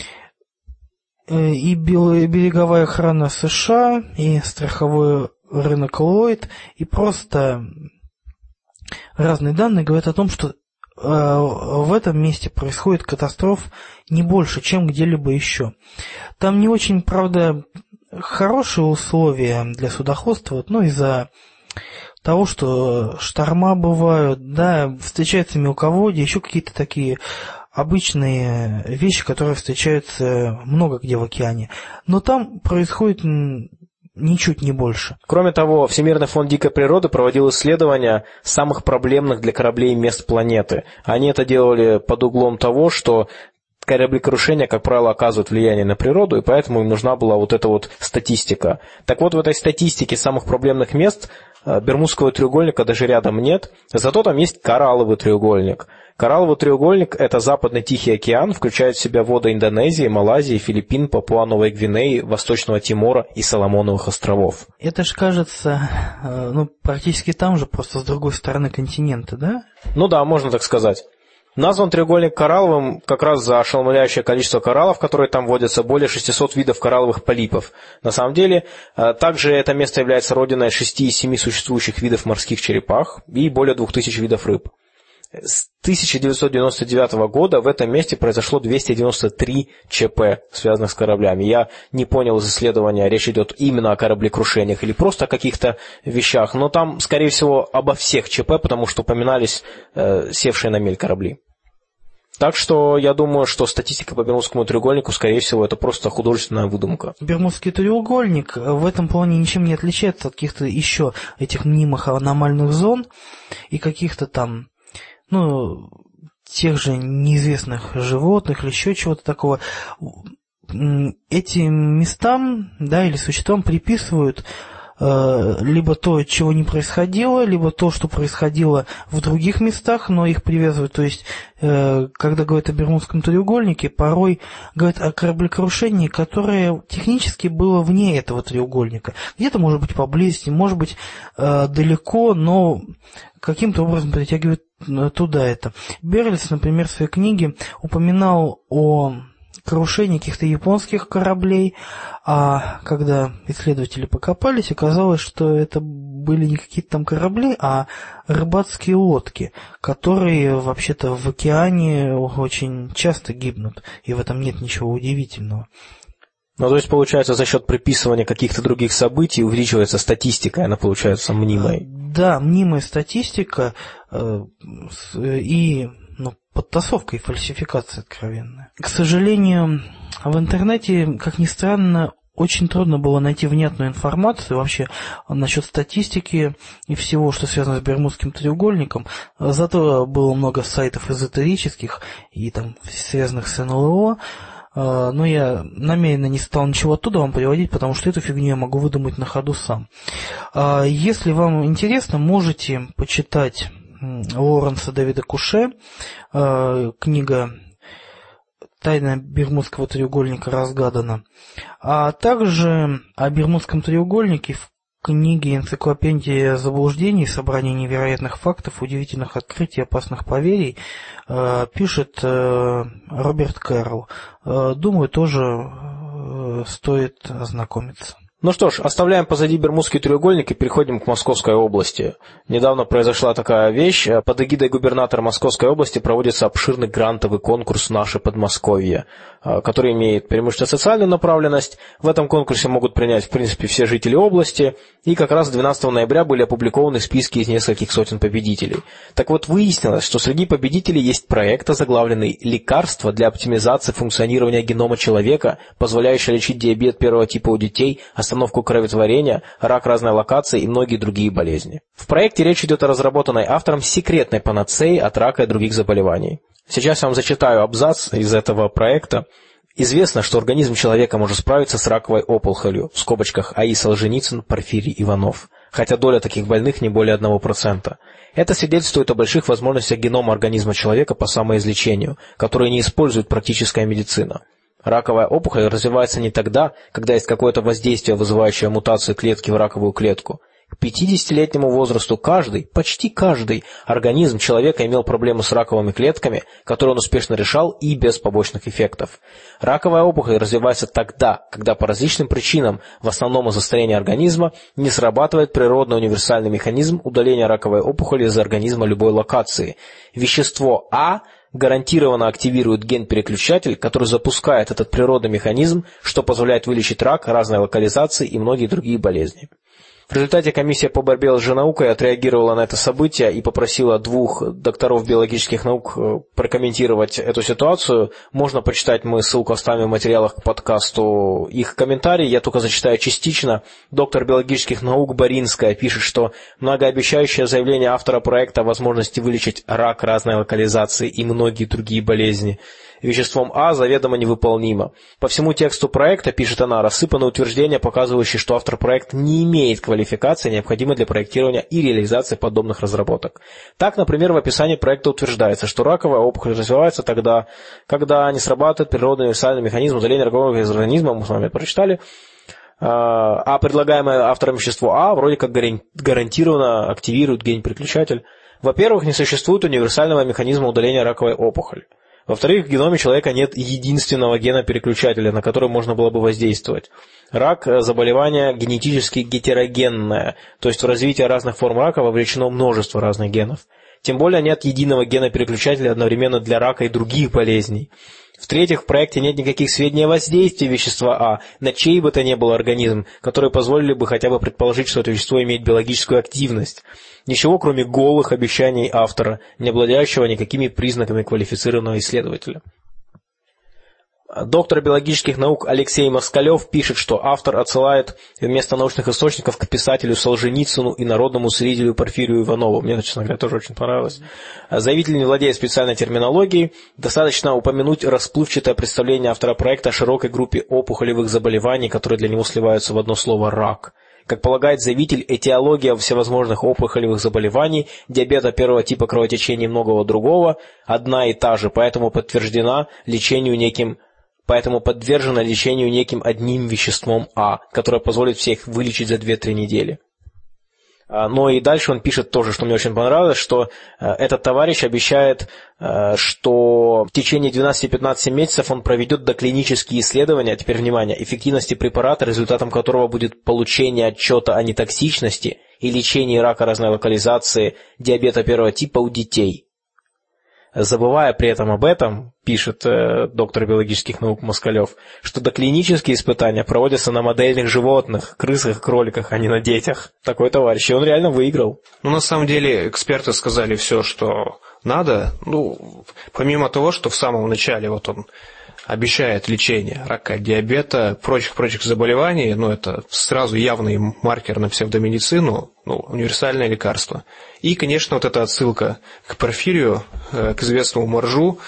И береговая охрана США, и страховой рынок Ллойд, и просто разные данные говорят о том, что в этом месте происходит катастроф не больше, чем где-либо еще. Там не очень, правда, хорошие условия для судоходства, ну, из-за того, что шторма бывают, да, встречаются мелководья, еще какие-то такие обычные вещи, которые встречаются много где в океане. Но там происходит ничуть не больше. Кроме того, Всемирный фонд дикой природы проводил исследования самых проблемных для кораблей мест планеты. Они это делали под углом того, что кораблекрушения, как правило, оказывают влияние на природу, и поэтому им нужна была вот эта вот статистика. Так вот, в этой статистике самых проблемных мест Бермудского треугольника даже рядом нет, зато там есть коралловый треугольник. Коралловый треугольник – это Западный Тихий океан, включает в себя воды Индонезии, Малайзии, Филиппин, Папуа-Новой Гвинеи, Восточного Тимора и Соломоновых островов. Это ж кажется, ну, практически там же, просто с другой стороны континента, да? Ну да, можно так сказать. Назван треугольник коралловым как раз за ошеломляющее количество кораллов, которые там водятся, более шестисот видов коралловых полипов. На самом деле, также это место является родиной шести из семи существующих видов морских черепах и более двух тысяч видов рыб. С тысяча девятьсот девяносто девятого года в этом месте произошло двести девяносто три ЧП, связанных с кораблями. Я не понял из исследования, речь идет именно о кораблекрушениях или просто о каких-то вещах, но там, скорее всего, обо всех ЧП, потому что упоминались э, севшие на мель корабли. Так что я думаю, что статистика по Бермудскому треугольнику, скорее всего, это просто художественная выдумка. Бермудский треугольник в этом плане ничем не отличается от каких-то еще этих мнимых аномальных зон и каких-то там, ну, тех же неизвестных животных или еще чего-то такого. Этим местам, да, или существам приписывают э, либо то, чего не происходило, либо то, что происходило в других местах, но их привязывают. То есть, э, когда говорят о Бермудском треугольнике, порой говорят о кораблекрушении, которое технически было вне этого треугольника. Где-то, может быть, поблизости, может быть, э, далеко, но каким-то образом притягивает туда это. Берлиц, например, в своей книге упоминал о крушении каких-то японских кораблей, а когда исследователи покопались, оказалось, что это были не какие-то там корабли, а рыбацкие лодки, которые вообще-то в океане очень часто гибнут, и в этом нет ничего удивительного. Ну, то есть, получается, за счет приписывания каких-то других событий увеличивается статистика, она получается мнимой. Да, мнимая статистика э, и ну, подтасовка и фальсификация откровенная. К сожалению, в интернете, как ни странно, очень трудно было найти внятную информацию вообще насчет статистики и всего, что связано с Бермудским треугольником. Зато было много сайтов эзотерических и там связанных с эн эл о. Но я намеренно не стал ничего оттуда вам приводить, потому что эту фигню я могу выдумать на ходу сам. Если вам интересно, можете почитать Лоренса Дэвида Куше, книга «Тайна Бермудского треугольника разгадана», а также о Бермудском треугольнике в книге «Энциклопедия заблуждений. Собрание невероятных фактов, удивительных открытий, опасных поверий» пишет Роберт Кэрролл. Думаю, тоже стоит ознакомиться. Ну что ж, оставляем позади Бермудский треугольник и переходим к Московской области. Недавно произошла такая вещь. Под эгидой губернатора Московской области проводится обширный грантовый конкурс «Наше Подмосковье», который имеет преимущественно социальную направленность. В этом конкурсе могут принять, в принципе, все жители области. И как раз двенадцатого ноября были опубликованы списки из нескольких сотен победителей. Так вот, выяснилось, что среди победителей есть проект, озаглавленный «Лекарство для оптимизации функционирования генома человека, позволяющее лечить диабет первого типа у детей, остановку кроветворения, рак разной локации и многие другие болезни». В проекте речь идет о разработанной автором секретной панацеи от рака и других заболеваний. Сейчас я вам зачитаю абзац из этого проекта. Известно, что организм человека может справиться с раковой опухолью, в скобочках А И Солженицын, Порфирий Иванов, хотя доля таких больных не более одного процента. Это свидетельствует о больших возможностях генома организма человека по самоизлечению, которые не использует практическая медицина. Раковая опухоль развивается не тогда, когда есть какое-то воздействие, вызывающее мутацию клетки в раковую клетку. К пятидесятилетнему возрасту каждый, почти каждый организм человека имел проблемы с раковыми клетками, которые он успешно решал и без побочных эффектов. Раковая опухоль развивается тогда, когда по различным причинам, в основном из-за старения организма, не срабатывает природный универсальный механизм удаления раковой опухоли из организма любой локации. Вещество А гарантированно активирует ген-переключатель, который запускает этот природный механизм, что позволяет вылечить рак разной локализации и многие другие болезни. В результате комиссия по борьбе с лженаукой отреагировала на это событие и попросила двух докторов биологических наук прокомментировать эту ситуацию. Можно почитать, мы ссылку оставим в материалах к подкасту, их комментарий, я только зачитаю частично. Доктор биологических наук Боринская пишет, что многообещающее заявление автора проекта о возможности вылечить рак разной локализации и многие другие болезни веществом А заведомо невыполнимо. По всему тексту проекта, пишет она, рассыпаны утверждения, показывающие, что автор проекта не имеет квалификации, необходимой для проектирования и реализации подобных разработок. Так, например, в описании проекта утверждается, что раковая опухоль развивается тогда, когда не срабатывает природный универсальный механизм удаления ракового из организма, мы с вами это прочитали, а предлагаемое автором вещество А вроде как гарантированно активирует ген-переключатель. Во-первых, не существует универсального механизма удаления раковой опухоли. Во-вторых, в геноме человека нет единственного гена-переключателя, на который можно было бы воздействовать. Рак – заболевание генетически гетерогенное, то есть в развитие разных форм рака вовлечено множество разных генов. Тем более нет единого гена-переключателя одновременно для рака и других болезней. В-третьих, в проекте нет никаких сведений о воздействии вещества А на чей бы то ни было организм, которые позволили бы хотя бы предположить, что это вещество имеет биологическую активность. Ничего, кроме голых обещаний автора, не обладающего никакими признаками квалифицированного исследователя. Доктор биологических наук Алексей Москалев пишет, что автор отсылает вместо научных источников к писателю Солженицыну и народному мыслителю Порфирию Иванову. Мне, честно говоря, тоже очень понравилось. Заявитель не владеет специальной терминологией. Достаточно упомянуть расплывчатое представление автора проекта о широкой группе опухолевых заболеваний, которые для него сливаются в одно слово «рак». Как полагает заявитель, этиология всевозможных опухолевых заболеваний, диабета первого типа, кровотечения и многого другого одна и та же, поэтому подтверждена лечению неким Поэтому подвержена лечению неким одним веществом А, которое позволит всех вылечить за две-три недели. Но и дальше он пишет тоже, что мне очень понравилось, что этот товарищ обещает, что в течение двенадцати-пятнадцати месяцев он проведет доклинические исследования, теперь внимание, эффективности препарата, результатом которого будет получение отчета о нетоксичности и лечении рака разной локализации, диабета первого типа у детей. Забывая при этом об этом, пишет э, доктор биологических наук Москалев, что доклинические испытания проводятся на модельных животных, крысах и кроликах, а не на детях. Такой товарищ, и он реально выиграл. Ну, на самом деле, эксперты сказали все, что надо. Ну, помимо того, что в самом начале вот он обещает лечение рака, диабета, прочих-прочих заболеваний, ну, это сразу явный маркер на псевдомедицину, ну, универсальное лекарство. И, конечно, вот эта отсылка к Порфирию, к известному моржу,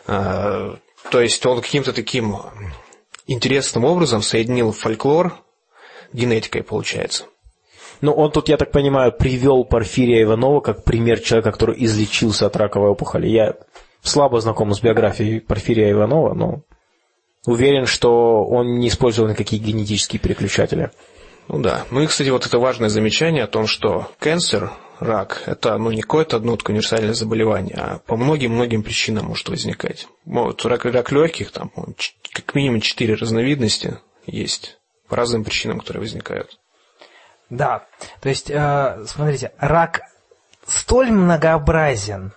то есть он каким-то таким интересным образом соединил фольклор генетикой, получается. Ну, он тут, я так понимаю, привел Порфирия Иванова как пример человека, который излечился от раковой опухоли. Я слабо знаком с биографией Порфирия Иванова, но уверен, что он не использовал никакие генетические переключатели. Ну да. Ну и, кстати, вот это важное замечание о том, что cancer, рак, это ну, не какое-то одно универсальное заболевание, а по многим-многим причинам может возникать. Вот, рак, рак легких, там как минимум четыре разновидности есть по разным причинам, которые возникают. Да, то есть, э, смотрите, рак столь многообразен,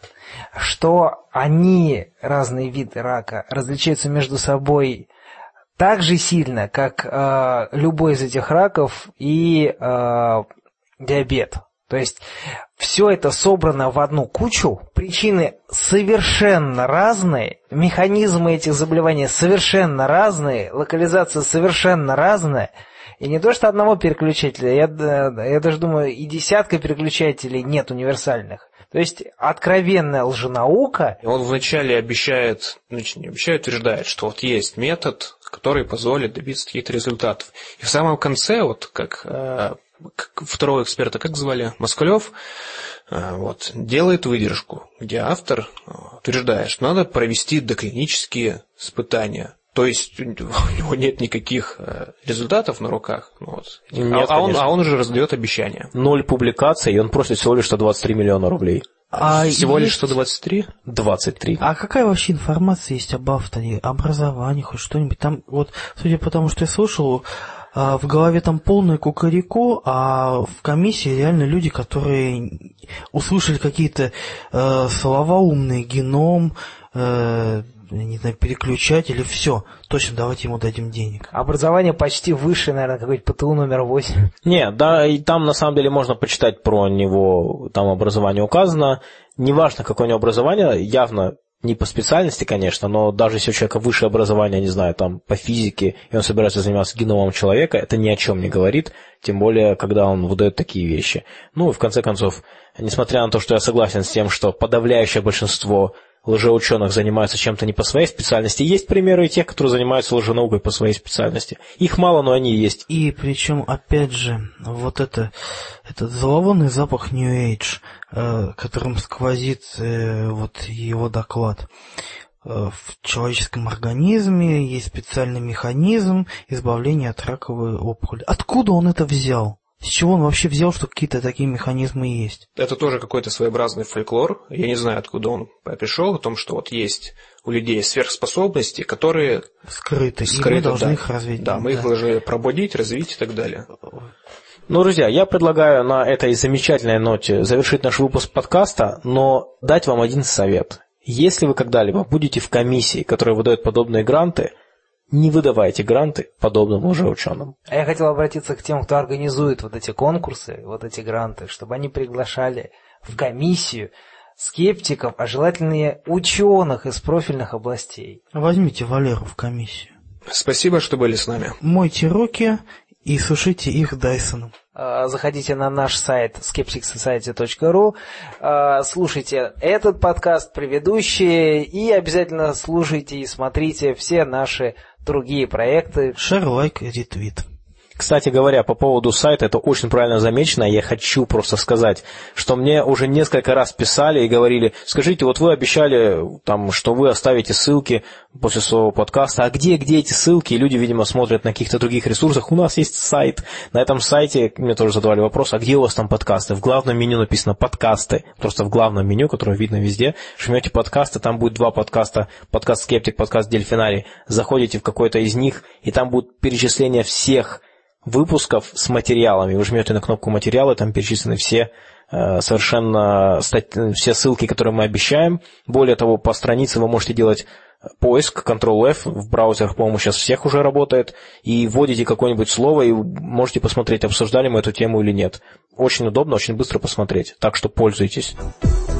что они, разные виды рака, различаются между собой так же сильно, как э, любой из этих раков и э, диабет. То есть все это собрано в одну кучу, причины совершенно разные, механизмы этих заболеваний совершенно разные, локализация совершенно разная. И не то, что одного переключателя, я, я даже думаю, и десятка переключателей нет универсальных. То есть откровенная лженаука. Он вначале обещает, значит, не обещает, утверждает, что вот есть метод, который позволит добиться каких-то результатов. И в самом конце, вот как, э, как второго эксперта, как звали, Москалев, э, вот, делает выдержку, где автор утверждает, что надо провести доклинические испытания. То есть у него нет никаких результатов на руках. Вот. Нет, а, он, а он уже раздает обещания. Ноль публикаций, и он просит всего лишь сто двадцать три миллиона рублей. А всего есть... лишь сто двадцать три? двадцать три. А какая вообще информация есть об авторе, образовании, хоть что-нибудь? Там, вот, судя по тому, что я слушал, в голове там полное кукареку, а в комиссии реально люди, которые услышали какие-то э, слова умные, геном, э, не знаю, переключатель, и все. Точно, давайте ему дадим денег. Образование почти выше, наверное, какой-то ПТУ номер восемь. Не, да, и там на самом деле можно почитать про него, там образование указано. Неважно, какое у него образование, явно не по специальности, конечно, но даже если у человека высшее образование, не знаю, там по физике, и он собирается заниматься геномом человека, это ни о чем не говорит, тем более, когда он выдает такие вещи. Ну и в конце концов, несмотря на то, что я согласен с тем, что подавляющее большинство лжеученых занимаются чем-то не по своей специальности, есть примеры и тех, которые занимаются лженаукой по своей специальности. Их мало, но они есть. И причем, опять же, вот это, этот зловонный запах New Age, э, которым сквозит э, вот его доклад. Э, в человеческом организме есть специальный механизм избавления от раковой опухоли. Откуда он это взял? С чего он вообще взял, что какие-то такие механизмы есть? Это тоже какой-то своеобразный фольклор. Я не знаю, откуда он пришел, о том, что вот есть у людей сверхспособности, которые скрыты, скрыты, и мы должны да. их развить. Да, мы да. их должны пробудить, развить и так далее. Ну, друзья, я предлагаю на этой замечательной ноте завершить наш выпуск подкаста, но дать вам один совет. Если вы когда-либо будете в комиссии, которая выдает подобные гранты, не выдавайте гранты подобным лжеученым. А я хотел обратиться к тем, кто организует вот эти конкурсы, вот эти гранты, чтобы они приглашали в комиссию скептиков, а желательно и ученых из профильных областей. Возьмите Валеру в комиссию. Спасибо, что были с нами. Мойте руки и сушите их Дайсоном. Заходите на наш сайт скептик соцайти точка ру, слушайте этот подкаст, предыдущие, и обязательно слушайте и смотрите все наши другие проекты. Шер, лайк, ретвит. Кстати говоря, по поводу сайта, это очень правильно замечено. Я хочу просто сказать, что мне уже несколько раз писали и говорили: скажите, вот вы обещали, там, что вы оставите ссылки после своего подкаста, а где, где эти ссылки? И люди, видимо, смотрят на каких-то других ресурсах. У нас есть сайт. На этом сайте мне тоже задавали вопрос: а где у вас там подкасты? В главном меню написано «подкасты». Просто в главном меню, которое видно везде, жмете «подкасты», там будет два подкаста: подкаст «Скептик», подкаст «Дельфинарий». Заходите в какой-то из них, и там будет перечисление всех выпусков с материалами. Вы жмете на кнопку «Материалы», там перечислены все э, совершенно стать, все ссылки, которые мы обещаем. Более того, по странице вы можете делать поиск, контрол эф, в браузерах, по-моему, сейчас всех уже работает, и вводите какое-нибудь слово, и можете посмотреть, обсуждали мы эту тему или нет. Очень удобно, очень быстро посмотреть, так что пользуйтесь.